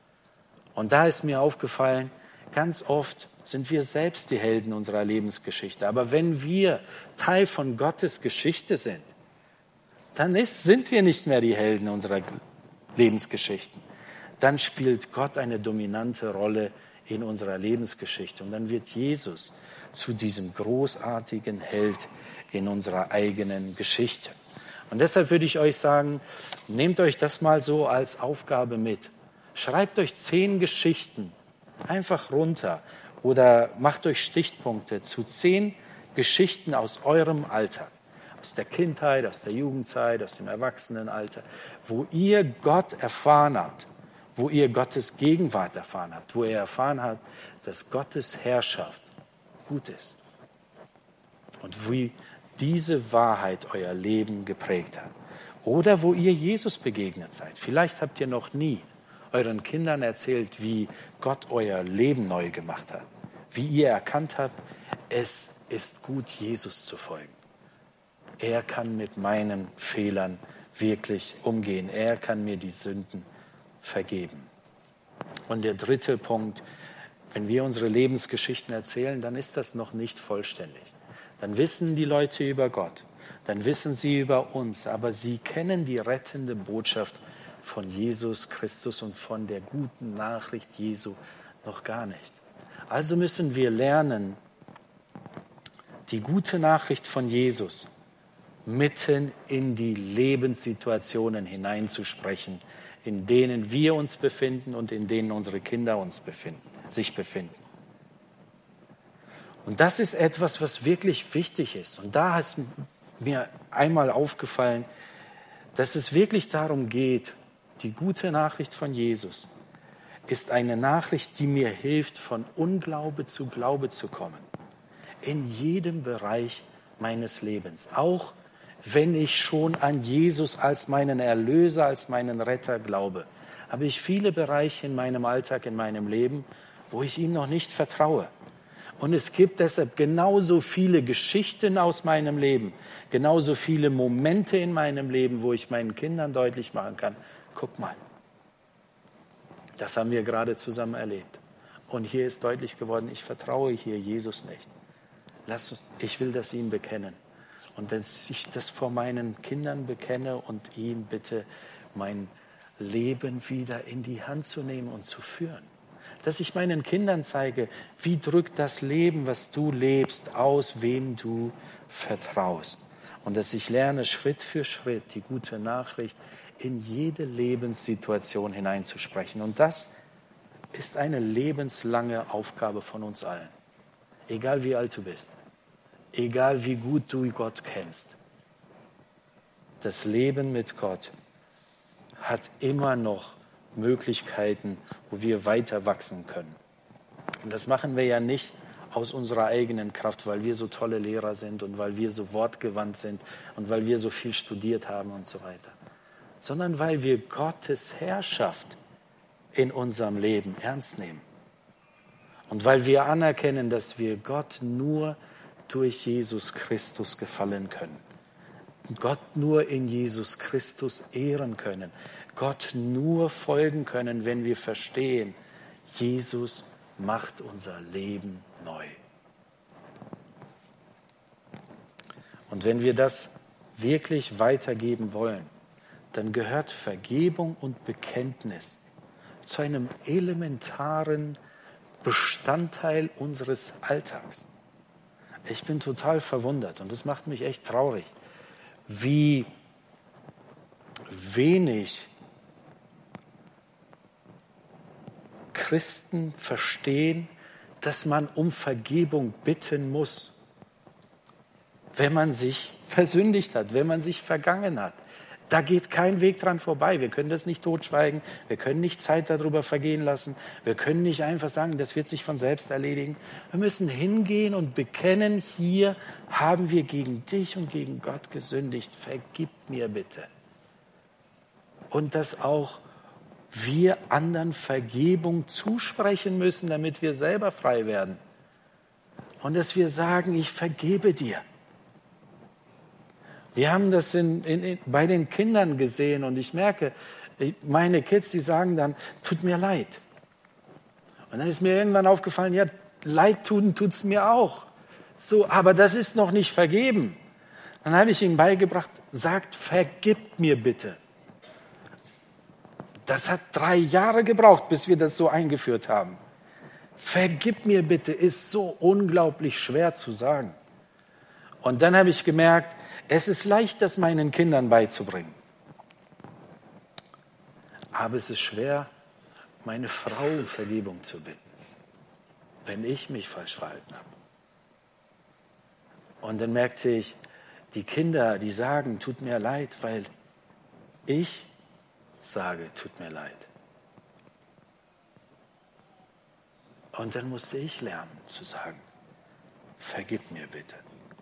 Und da ist mir aufgefallen, ganz oft sind wir selbst die Helden unserer Lebensgeschichte. Aber wenn wir Teil von Gottes Geschichte sind, dann ist, sind wir nicht mehr die Helden unserer Lebensgeschichten. Dann spielt Gott eine dominante Rolle in unserer Lebensgeschichte. Und dann wird Jesus zu diesem großartigen Held in unserer eigenen Geschichte. Und deshalb würde ich euch sagen, nehmt euch das mal so als Aufgabe mit. Schreibt euch zehn Geschichten einfach runter oder macht euch Stichpunkte zu zehn Geschichten aus eurem Alltag, aus der Kindheit, aus der Jugendzeit, aus dem Erwachsenenalter, wo ihr Gott erfahren habt, wo ihr Gottes Gegenwart erfahren habt, wo ihr erfahren habt, dass Gottes Herrschaft gut ist und wie diese Wahrheit euer Leben geprägt hat. Oder wo ihr Jesus begegnet seid. Vielleicht habt ihr noch nie euren Kindern erzählt, wie Gott euer Leben neu gemacht hat, wie ihr erkannt habt, es ist gut, Jesus zu folgen. Er kann mit meinen Fehlern wirklich umgehen. Er kann mir die Sünden vergeben. Und der dritte Punkt, wenn wir unsere Lebensgeschichten erzählen, dann ist das noch nicht vollständig. Dann wissen die Leute über Gott, dann wissen sie über uns, aber sie kennen die rettende Botschaft von Jesus Christus und von der guten Nachricht Jesu noch gar nicht. Also müssen wir lernen, die gute Nachricht von Jesus mitten in die Lebenssituationen hineinzusprechen, in denen wir uns befinden und in denen unsere Kinder uns befinden, sich befinden. Und das ist etwas, was wirklich wichtig ist. Und da ist mir einmal aufgefallen, dass es wirklich darum geht, die gute Nachricht von Jesus ist eine Nachricht, die mir hilft, von Unglaube zu Glaube zu kommen. In jedem Bereich meines Lebens. Auch wenn ich schon an Jesus als meinen Erlöser, als meinen Retter glaube, habe ich viele Bereiche in meinem Alltag, in meinem Leben, wo ich ihm noch nicht vertraue. Und es gibt deshalb genauso viele Geschichten aus meinem Leben, genauso viele Momente in meinem Leben, wo ich meinen Kindern deutlich machen kann, guck mal, das haben wir gerade zusammen erlebt. Und hier ist deutlich geworden, ich vertraue hier Jesus nicht. Lass uns, ich will das ihm bekennen. Und wenn ich das vor meinen Kindern bekenne und ihm bitte mein Leben wieder in die Hand zu nehmen und zu führen. Dass ich meinen Kindern zeige, wie drückt das Leben, was du lebst, aus, wem du vertraust. Und dass ich lerne, Schritt für Schritt die gute Nachricht in jede Lebenssituation hineinzusprechen. Und das ist eine lebenslange Aufgabe von uns allen. Egal wie alt du bist, egal wie gut du Gott kennst. Das Leben mit Gott hat immer noch Möglichkeiten, wo wir weiter wachsen können. Und das machen wir ja nicht aus unserer eigenen Kraft, weil wir so tolle Lehrer sind und weil wir so wortgewandt sind und weil wir so viel studiert haben und so weiter. sondern weil wir Gottes Herrschaft in unserem Leben ernst nehmen. Und weil wir anerkennen, dass wir Gott nur durch Jesus Christus gefallen können. Gott nur in Jesus Christus ehren können. Gott nur folgen können, wenn wir verstehen, Jesus macht unser Leben neu. Und wenn wir das wirklich weitergeben wollen, dann gehört Vergebung und Bekenntnis zu einem elementaren Bestandteil unseres Alltags. Ich bin total verwundert und das macht mich echt traurig, wie wenig Christen verstehen, dass man um Vergebung bitten muss, wenn man sich versündigt hat, wenn man sich vergangen hat. Da geht kein Weg dran vorbei. Wir können das nicht totschweigen. Wir können nicht Zeit darüber vergehen lassen. Wir können nicht einfach sagen, das wird sich von selbst erledigen. Wir müssen hingehen und bekennen, hier haben wir gegen dich und gegen Gott gesündigt. Vergib mir bitte. Und dass auch wir anderen Vergebung zusprechen müssen, damit wir selber frei werden. Und dass wir sagen, ich vergebe dir. Wir haben das in, in, bei den Kindern gesehen und ich merke, meine Kids, die sagen dann, tut mir leid. Und dann ist mir irgendwann aufgefallen, ja, leid tun tut's mir auch. So, aber das ist noch nicht vergeben. Dann habe ich ihnen beigebracht, sagt, vergib mir bitte. Das hat drei Jahre gebraucht, bis wir das so eingeführt haben. Vergib mir bitte ist so unglaublich schwer zu sagen. Und dann habe ich gemerkt, es ist leicht, das meinen Kindern beizubringen. Aber es ist schwer, meine Frau um Vergebung zu bitten, wenn ich mich falsch verhalten habe. Und dann merkte ich, die Kinder, die sagen, tut mir leid, weil ich sage, tut mir leid. Und dann musste ich lernen zu sagen, vergib mir bitte.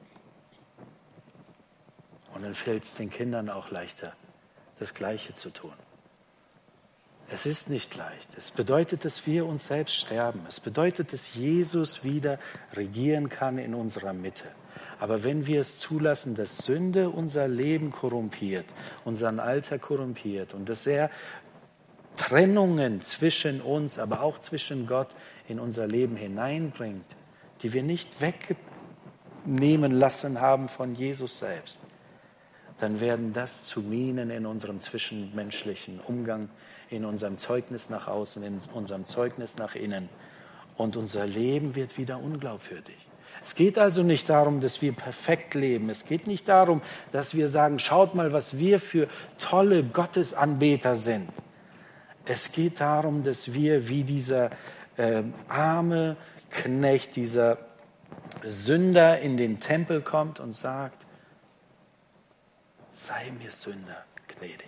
Und dann fällt es den Kindern auch leichter, das Gleiche zu tun. Es ist nicht leicht. Es bedeutet, dass wir uns selbst sterben. Es bedeutet, dass Jesus wieder regieren kann in unserer Mitte. Aber wenn wir es zulassen, dass Sünde unser Leben korrumpiert, unseren Alltag korrumpiert und dass er Trennungen zwischen uns, aber auch zwischen Gott in unser Leben hineinbringt, die wir nicht wegnehmen lassen haben von Jesus selbst, dann werden das zu Minen in unserem zwischenmenschlichen Umgang, in unserem Zeugnis nach außen, in unserem Zeugnis nach innen. Und unser Leben wird wieder unglaubwürdig. Es geht also nicht darum, dass wir perfekt leben. Es geht nicht darum, dass wir sagen, schaut mal, was wir für tolle Gottesanbeter sind. Es geht darum, dass wir wie dieser äh, arme Knecht, dieser Sünder in den Tempel kommt und sagt, sei mir Sünder gnädig.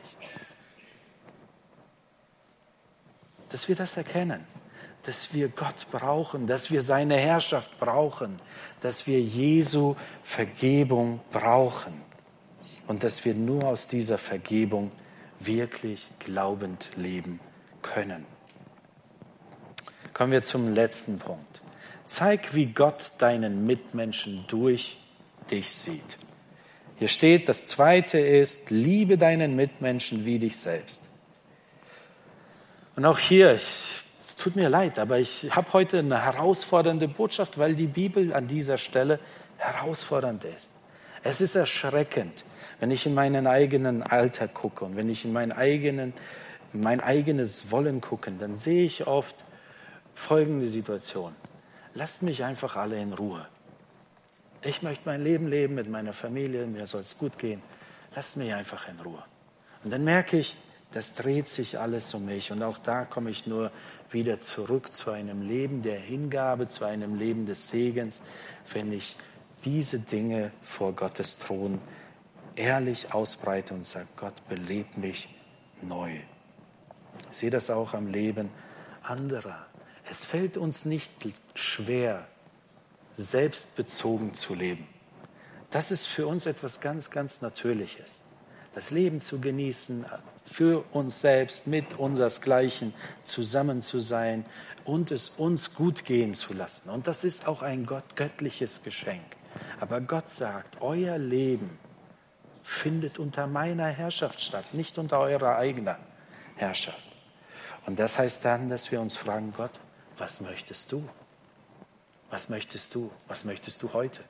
Dass wir das erkennen, dass wir Gott brauchen, dass wir seine Herrschaft brauchen, dass wir Jesu Vergebung brauchen und dass wir nur aus dieser Vergebung wirklich glaubend leben können. Kommen wir zum letzten Punkt. Zeig, wie Gott deinen Mitmenschen durch dich sieht. Hier steht, das Zweite ist, liebe deinen Mitmenschen wie dich selbst. Und auch hier, ich, es tut mir leid, aber ich habe heute eine herausfordernde Botschaft, weil die Bibel an dieser Stelle herausfordernd ist. Es ist erschreckend, wenn ich in meinen eigenen Alltag gucke und wenn ich in meinen eigenen, mein eigenes Wollen gucke, dann sehe ich oft folgende Situation. Lasst mich einfach alle in Ruhe. Ich möchte mein Leben leben mit meiner Familie, mir soll es gut gehen. Lasst mich einfach in Ruhe. Und dann merke ich, das dreht sich alles um mich. Und auch da komme ich nur wieder zurück zu einem Leben der Hingabe, zu einem Leben des Segens, wenn ich diese Dinge vor Gottes Thron ehrlich ausbreite und sage, Gott, beleb mich neu. Ich sehe das auch am Leben anderer. Es fällt uns nicht schwer, selbstbezogen zu leben. Das ist für uns etwas ganz, ganz Natürliches. Das Leben zu genießen, für uns selbst, mit unsersgleichen zusammen zu sein und es uns gut gehen zu lassen. Und das ist auch ein Gott, göttliches Geschenk. Aber Gott sagt, euer Leben findet unter meiner Herrschaft statt, nicht unter eurer eigenen Herrschaft. Und das heißt dann, dass wir uns fragen, Gott, was möchtest du? Was möchtest du? Was möchtest du heute?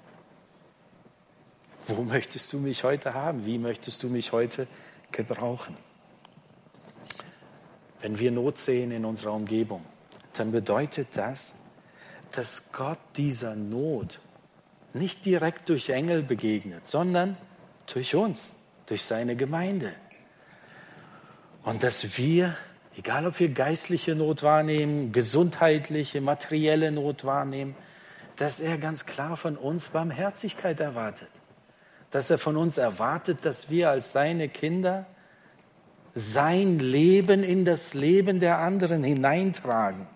Wo möchtest du mich heute haben? Wie möchtest du mich heute gebrauchen? Wenn wir Not sehen in unserer Umgebung, dann bedeutet das, dass Gott dieser Not nicht direkt durch Engel begegnet, sondern durch uns, durch seine Gemeinde. Und dass wir, egal ob wir geistliche Not wahrnehmen, gesundheitliche, materielle Not wahrnehmen, dass er ganz klar von uns Barmherzigkeit erwartet. Dass er von uns erwartet, dass wir als seine Kinder sein Leben in das Leben der anderen hineintragen.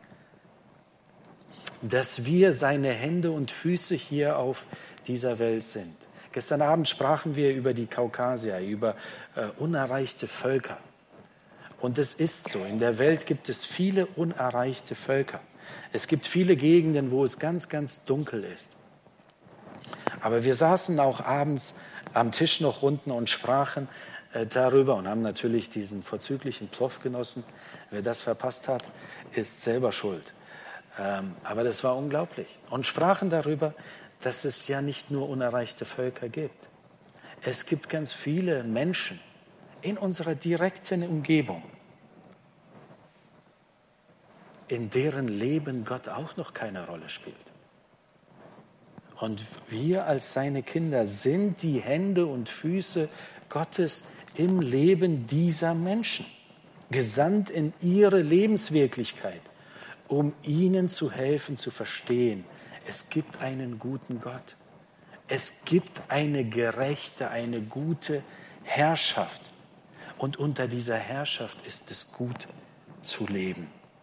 Dass wir seine Hände und Füße hier auf dieser Welt sind. Gestern Abend sprachen wir über die Kaukasier, über äh, unerreichte Völker. Und es ist so, in der Welt gibt es viele unerreichte Völker. Es gibt viele Gegenden, wo es ganz, ganz dunkel ist. Aber wir saßen auch abends am Tisch noch unten und sprachen äh, darüber und haben natürlich diesen vorzüglichen Ploff genossen. Wer das verpasst hat, ist selber schuld. Ähm, aber das war unglaublich. Und sprachen darüber, dass es ja nicht nur unerreichte Völker gibt. Es gibt ganz viele Menschen in unserer direkten Umgebung, in deren Leben Gott auch noch keine Rolle spielt. Und wir als seine Kinder sind die Hände und Füße Gottes im Leben dieser Menschen, gesandt in ihre Lebenswirklichkeit, um ihnen zu helfen, zu verstehen, es gibt einen guten Gott. Es gibt eine gerechte, eine gute Herrschaft. Und unter dieser Herrschaft ist es gut zu leben.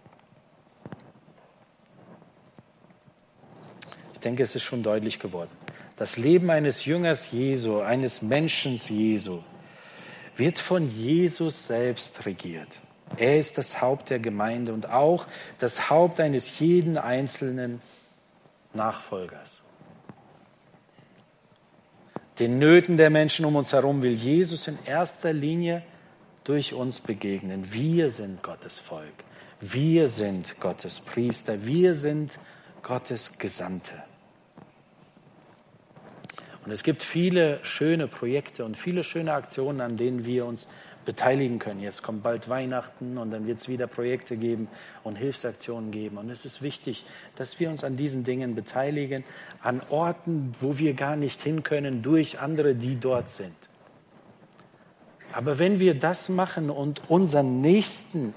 Ich denke, es ist schon deutlich geworden. Das Leben eines Jüngers Jesu, eines Menschen Jesu, wird von Jesus selbst regiert. Er ist das Haupt der Gemeinde und auch das Haupt eines jeden einzelnen Nachfolgers. Den Nöten der Menschen um uns herum will Jesus in erster Linie durch uns begegnen. Wir sind Gottes Volk. Wir sind Gottes Priester. Wir sind Gottes Gesandte. Und es gibt viele schöne Projekte und viele schöne Aktionen, an denen wir uns beteiligen können. Jetzt kommt bald Weihnachten und dann wird es wieder Projekte geben und Hilfsaktionen geben. Und es ist wichtig, dass wir uns an diesen Dingen beteiligen, an Orten, wo wir gar nicht hin können, durch andere, die dort sind. Aber wenn wir das machen und unseren Nächsten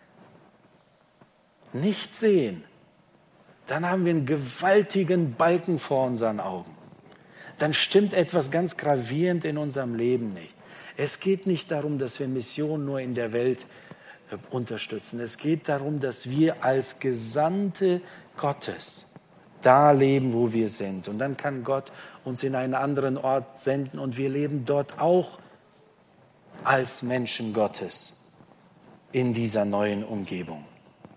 nicht sehen, dann haben wir einen gewaltigen Balken vor unseren Augen. Dann stimmt etwas ganz gravierend in unserem Leben nicht. Es geht nicht darum, dass wir Mission nur in der Welt unterstützen. Es geht darum, dass wir als Gesandte Gottes da leben, wo wir sind. Und dann kann Gott uns in einen anderen Ort senden und wir leben dort auch als Menschen Gottes in dieser neuen Umgebung.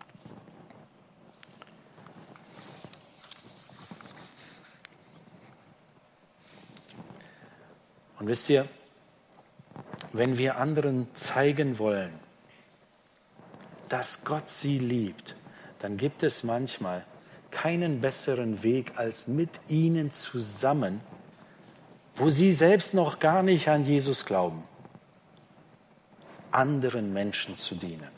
Und wisst ihr, wenn wir anderen zeigen wollen, dass Gott sie liebt, dann gibt es manchmal keinen besseren Weg, als mit ihnen zusammen, wo sie selbst noch gar nicht an Jesus glauben, anderen Menschen zu dienen.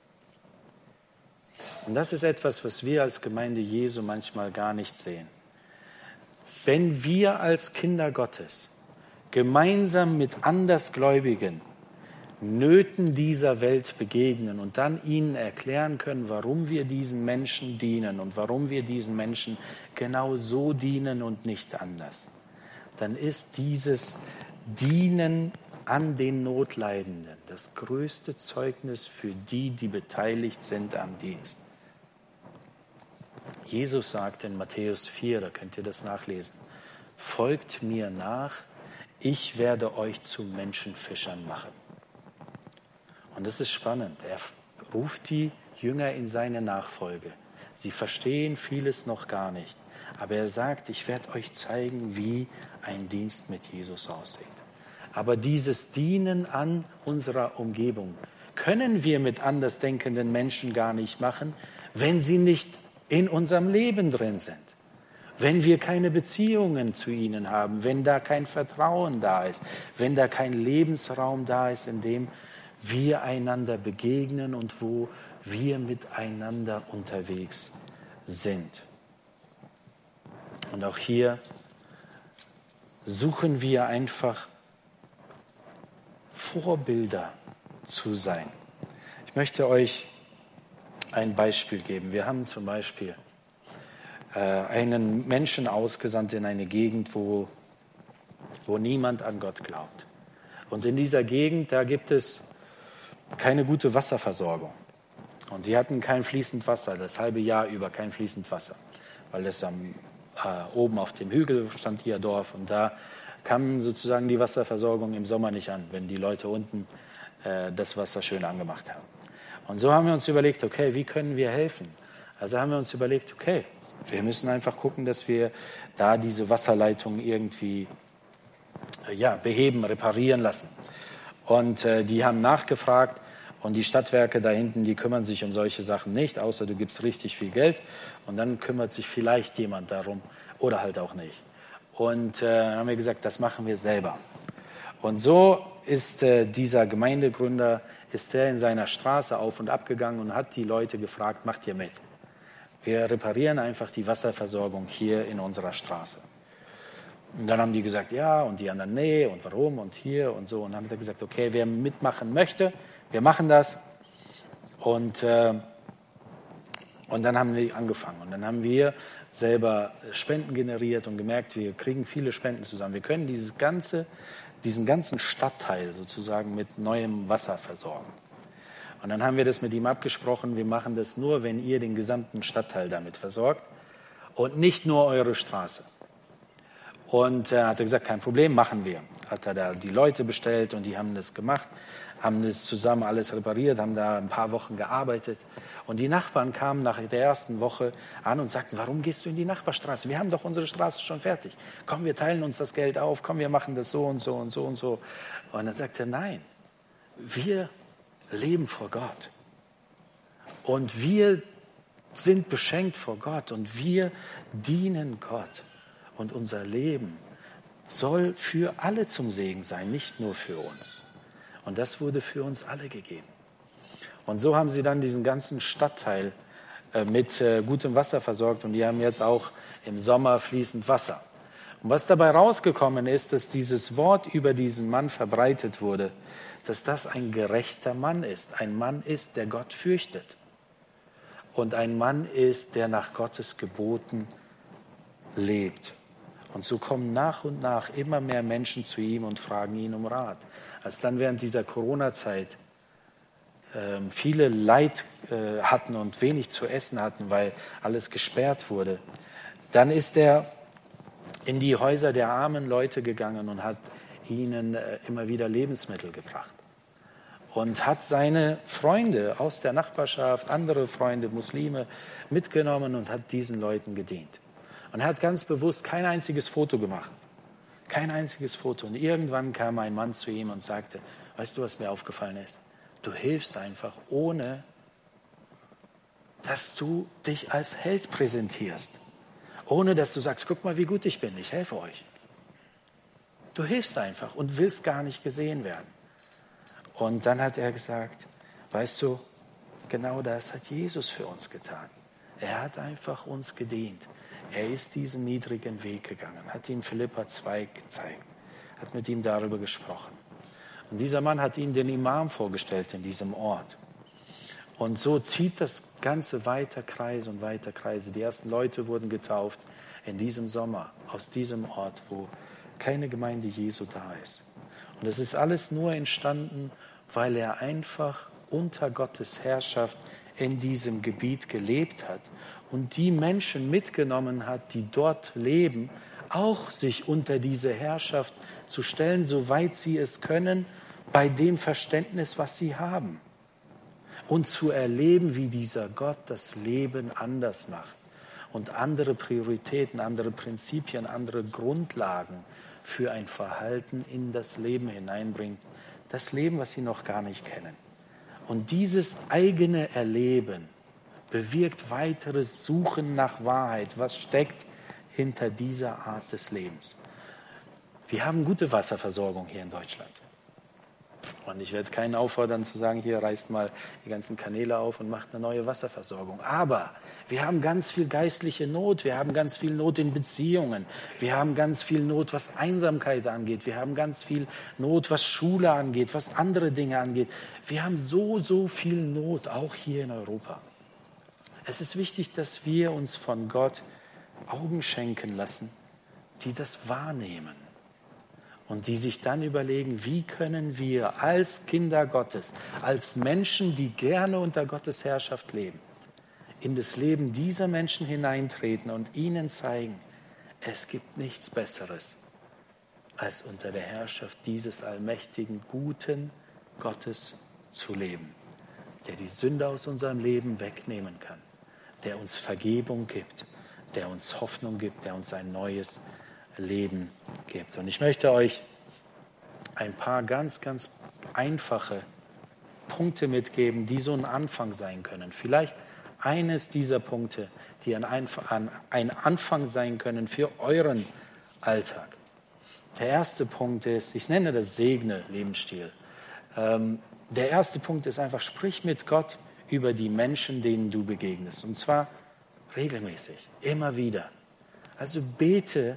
Und das ist etwas, was wir als Gemeinde Jesu manchmal gar nicht sehen. Wenn wir als Kinder Gottes gemeinsam mit Andersgläubigen Nöten dieser Welt begegnen und dann ihnen erklären können, warum wir diesen Menschen dienen und warum wir diesen Menschen genau so dienen und nicht anders, dann ist dieses Dienen an den Notleidenden das größte Zeugnis für die, die beteiligt sind am Dienst. Jesus sagt in Matthäus vier, da könnt ihr das nachlesen, folgt mir nach, ich werde euch zu Menschenfischern machen. Und das ist spannend. Er ruft die Jünger in seine Nachfolge. Sie verstehen vieles noch gar nicht. Aber er sagt, ich werde euch zeigen, wie ein Dienst mit Jesus aussieht. Aber dieses Dienen an unserer Umgebung können wir mit andersdenkenden Menschen gar nicht machen, wenn sie nicht in unserem Leben drin sind. Wenn wir keine Beziehungen zu ihnen haben, wenn da kein Vertrauen da ist, wenn da kein Lebensraum da ist, in dem wir einander begegnen und wo wir miteinander unterwegs sind. Und auch hier suchen wir einfach Vorbilder zu sein. Ich möchte euch ein Beispiel geben. Wir haben zum Beispiel äh, einen Menschen ausgesandt in eine Gegend, wo, wo niemand an Gott glaubt. Und in dieser Gegend, da gibt es keine gute Wasserversorgung. Und sie hatten kein fließend Wasser, das halbe Jahr über kein fließend Wasser, weil das am, äh, oben auf dem Hügel stand ihr Dorf und da kam sozusagen die Wasserversorgung im Sommer nicht an, wenn die Leute unten äh, das Wasser schön angemacht haben. Und so haben wir uns überlegt, okay, wie können wir helfen? Also haben wir uns überlegt, okay, wir müssen einfach gucken, dass wir da diese Wasserleitung irgendwie äh, ja, beheben, reparieren lassen. Und äh, die haben nachgefragt und die Stadtwerke da hinten, die kümmern sich um solche Sachen nicht, außer du gibst richtig viel Geld und dann kümmert sich vielleicht jemand darum oder halt auch nicht. Und äh, dann haben wir gesagt, das machen wir selber. Und so ist äh, dieser Gemeindegründer, ist der in seiner Straße auf und ab gegangen und hat die Leute gefragt, macht ihr mit? Wir reparieren einfach die Wasserversorgung hier in unserer Straße. Und dann haben die gesagt, ja, und die anderen, nee, und warum, und hier und so. Und dann hat er gesagt, okay, wer mitmachen möchte, wir machen das. Und, äh, und dann haben wir angefangen. Und dann haben wir selber Spenden generiert und gemerkt, wir kriegen viele Spenden zusammen. Wir können dieses ganze, diesen ganzen Stadtteil sozusagen mit neuem Wasser versorgen. Und dann haben wir das mit ihm abgesprochen, wir machen das nur, wenn ihr den gesamten Stadtteil damit versorgt und nicht nur eure Straße. Und er äh, hat gesagt, kein Problem, machen wir. Hat er da die Leute bestellt und die haben das gemacht, haben das zusammen alles repariert, haben da ein paar Wochen gearbeitet. Und die Nachbarn kamen nach der ersten Woche an und sagten, warum gehst du in die Nachbarstraße? Wir haben doch unsere Straße schon fertig. Komm, wir teilen uns das Geld auf, komm, wir machen das so und so und so und so. Und dann sagt er, nein, wir leben vor Gott. Und wir sind beschenkt vor Gott und wir dienen Gott. Und unser Leben soll für alle zum Segen sein, nicht nur für uns. Und das wurde für uns alle gegeben. Und so haben sie dann diesen ganzen Stadtteil äh, mit äh, gutem Wasser versorgt und die haben jetzt auch im Sommer fließend Wasser. Und was dabei rausgekommen ist, dass dieses Wort über diesen Mann verbreitet wurde, dass das ein gerechter Mann ist, ein Mann ist, der Gott fürchtet und ein Mann ist, der nach Gottes Geboten lebt. Und so kommen nach und nach immer mehr Menschen zu ihm und fragen ihn um Rat. Als dann während dieser Corona-Zeit äh, viele Leid äh, hatten und wenig zu essen hatten, weil alles gesperrt wurde, dann ist er in die Häuser der armen Leute gegangen und hat ihnen äh, immer wieder Lebensmittel gebracht. Und hat seine Freunde aus der Nachbarschaft, andere Freunde, Muslime, mitgenommen und hat diesen Leuten gedient. Und er hat ganz bewusst kein einziges Foto gemacht. Kein einziges Foto. Und irgendwann kam ein Mann zu ihm und sagte, weißt du, was mir aufgefallen ist? Du hilfst einfach, ohne dass du dich als Held präsentierst. Ohne dass du sagst, guck mal, wie gut ich bin, ich helfe euch. Du hilfst einfach und willst gar nicht gesehen werden. Und dann hat er gesagt, weißt du, genau das hat Jesus für uns getan. Er hat einfach uns gedient. Er ist diesen niedrigen Weg gegangen, hat ihm Philipper zwei gezeigt, hat mit ihm darüber gesprochen. Und dieser Mann hat ihm den Imam vorgestellt in diesem Ort. Und so zieht das Ganze weiter Kreise und weiter Kreise. Die ersten Leute wurden getauft in diesem Sommer, aus diesem Ort, wo keine Gemeinde Jesu da ist. Und es ist alles nur entstanden, weil er einfach unter Gottes Herrschaft in diesem Gebiet gelebt hat und die Menschen mitgenommen hat, die dort leben, auch sich unter diese Herrschaft zu stellen, soweit sie es können, bei dem Verständnis, was sie haben. Und zu erleben, wie dieser Gott das Leben anders macht und andere Prioritäten, andere Prinzipien, andere Grundlagen für ein Verhalten in das Leben hineinbringt. Das Leben, was sie noch gar nicht kennen. Und dieses eigene Erleben bewirkt weiteres Suchen nach Wahrheit. Was steckt hinter dieser Art des Lebens? Wir haben gute Wasserversorgung hier in Deutschland. Und ich werde keinen auffordern zu sagen, hier reißt mal die ganzen Kanäle auf und macht eine neue Wasserversorgung. Aber wir haben ganz viel geistliche Not, wir haben ganz viel Not in Beziehungen, wir haben ganz viel Not, was Einsamkeit angeht, wir haben ganz viel Not, was Schule angeht, was andere Dinge angeht. Wir haben so, so viel Not, auch hier in Europa. Es ist wichtig, dass wir uns von Gott Augen schenken lassen, die das wahrnehmen. Und die sich dann überlegen, wie können wir als Kinder Gottes, als Menschen, die gerne unter Gottes Herrschaft leben, in das Leben dieser Menschen hineintreten und ihnen zeigen, es gibt nichts Besseres, als unter der Herrschaft dieses allmächtigen, guten Gottes zu leben, der die Sünde aus unserem Leben wegnehmen kann, der uns Vergebung gibt, der uns Hoffnung gibt, der uns ein neues Leben gibt. Und ich möchte euch ein paar ganz, ganz einfache Punkte mitgeben, die so ein Anfang sein können. Vielleicht eines dieser Punkte, die ein, ein Anfang sein können für euren Alltag. Der erste Punkt ist, ich nenne das Segne-Lebensstil. Ähm, der erste Punkt ist einfach, sprich mit Gott über die Menschen, denen du begegnest. Und zwar regelmäßig, immer wieder. Also bete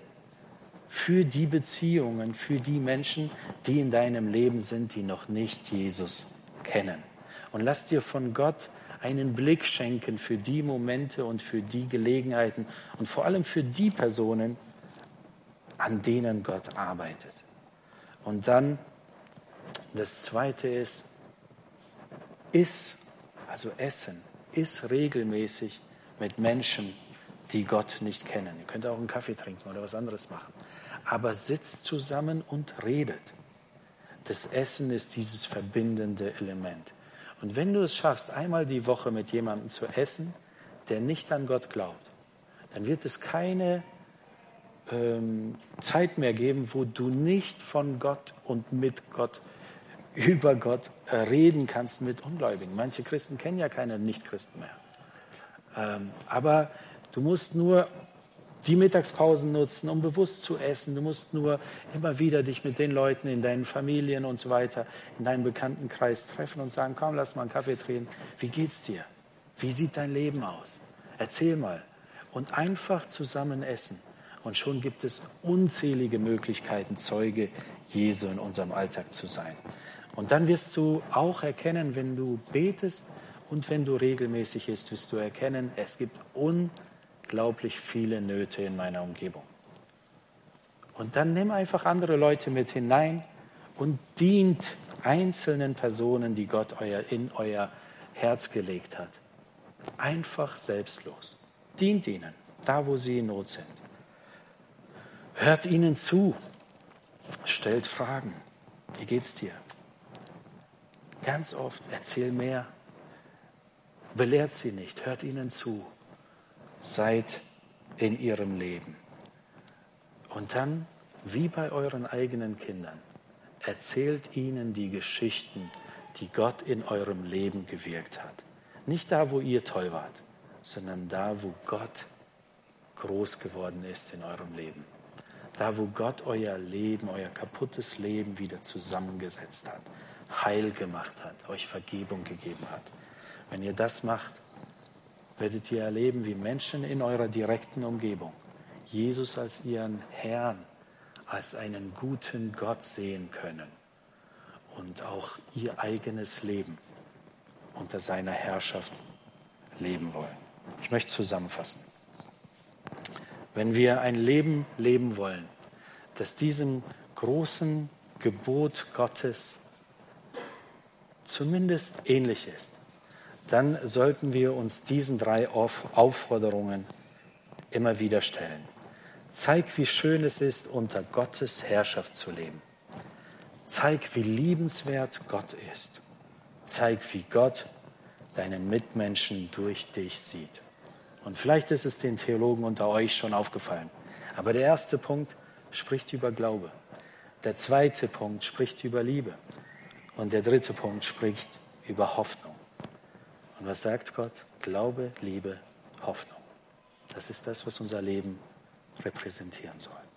für die Beziehungen, für die Menschen, die in deinem Leben sind, die noch nicht Jesus kennen. Und lass dir von Gott einen Blick schenken für die Momente und für die Gelegenheiten und vor allem für die Personen, an denen Gott arbeitet. Und dann, das Zweite ist, iss, also essen, iss regelmäßig mit Menschen, die Gott nicht kennen. Ihr könnt auch einen Kaffee trinken oder was anderes machen. Aber sitzt zusammen und redet. Das Essen ist dieses verbindende Element. Und wenn du es schaffst, einmal die Woche mit jemandem zu essen, der nicht an Gott glaubt, dann wird es keine ähm, Zeit mehr geben, wo du nicht von Gott und mit Gott, über Gott äh, reden kannst mit Ungläubigen. Manche Christen kennen ja keine Nichtchristen mehr. Ähm, aber du musst nur die Mittagspausen nutzen, um bewusst zu essen. Du musst nur immer wieder dich mit den Leuten in deinen Familien und so weiter, in deinen Bekanntenkreis treffen und sagen, komm, lass mal einen Kaffee trinken. Wie geht's dir? Wie sieht dein Leben aus? Erzähl mal. Und einfach zusammen essen. Und schon gibt es unzählige Möglichkeiten, Zeuge Jesu in unserem Alltag zu sein. Und dann wirst du auch erkennen, wenn du betest und wenn du regelmäßig isst, wirst du erkennen, es gibt unglaublich viele Nöte in meiner Umgebung. Und dann nimm einfach andere Leute mit hinein und dient einzelnen Personen, die Gott euer, in euer Herz gelegt hat. Einfach selbstlos. Dient ihnen, da wo sie in Not sind. Hört ihnen zu. Stellt Fragen. Wie geht's dir? Ganz oft, erzähl mehr. Belehrt sie nicht, hört ihnen zu. Seid in ihrem Leben. Und dann, wie bei euren eigenen Kindern, erzählt ihnen die Geschichten, die Gott in eurem Leben gewirkt hat. Nicht da, wo ihr toll wart, sondern da, wo Gott groß geworden ist in eurem Leben. Da, wo Gott euer Leben, euer kaputtes Leben wieder zusammengesetzt hat, heil gemacht hat, euch Vergebung gegeben hat. Wenn ihr das macht, werdet ihr erleben, wie Menschen in eurer direkten Umgebung Jesus als ihren Herrn, als einen guten Gott sehen können und auch ihr eigenes Leben unter seiner Herrschaft leben wollen. Ich möchte zusammenfassen. Wenn wir ein Leben leben wollen, das diesem großen Gebot Gottes zumindest ähnlich ist, dann sollten wir uns diesen drei Aufforderungen immer wieder stellen. Zeig, wie schön es ist, unter Gottes Herrschaft zu leben. Zeig, wie liebenswert Gott ist. Zeig, wie Gott deinen Mitmenschen durch dich sieht. Und vielleicht ist es den Theologen unter euch schon aufgefallen. Aber der erste Punkt spricht über Glaube. Der zweite Punkt spricht über Liebe. Und der dritte Punkt spricht über Hoffnung. Und was sagt Gott? Glaube, Liebe, Hoffnung. Das ist das, was unser Leben repräsentieren soll.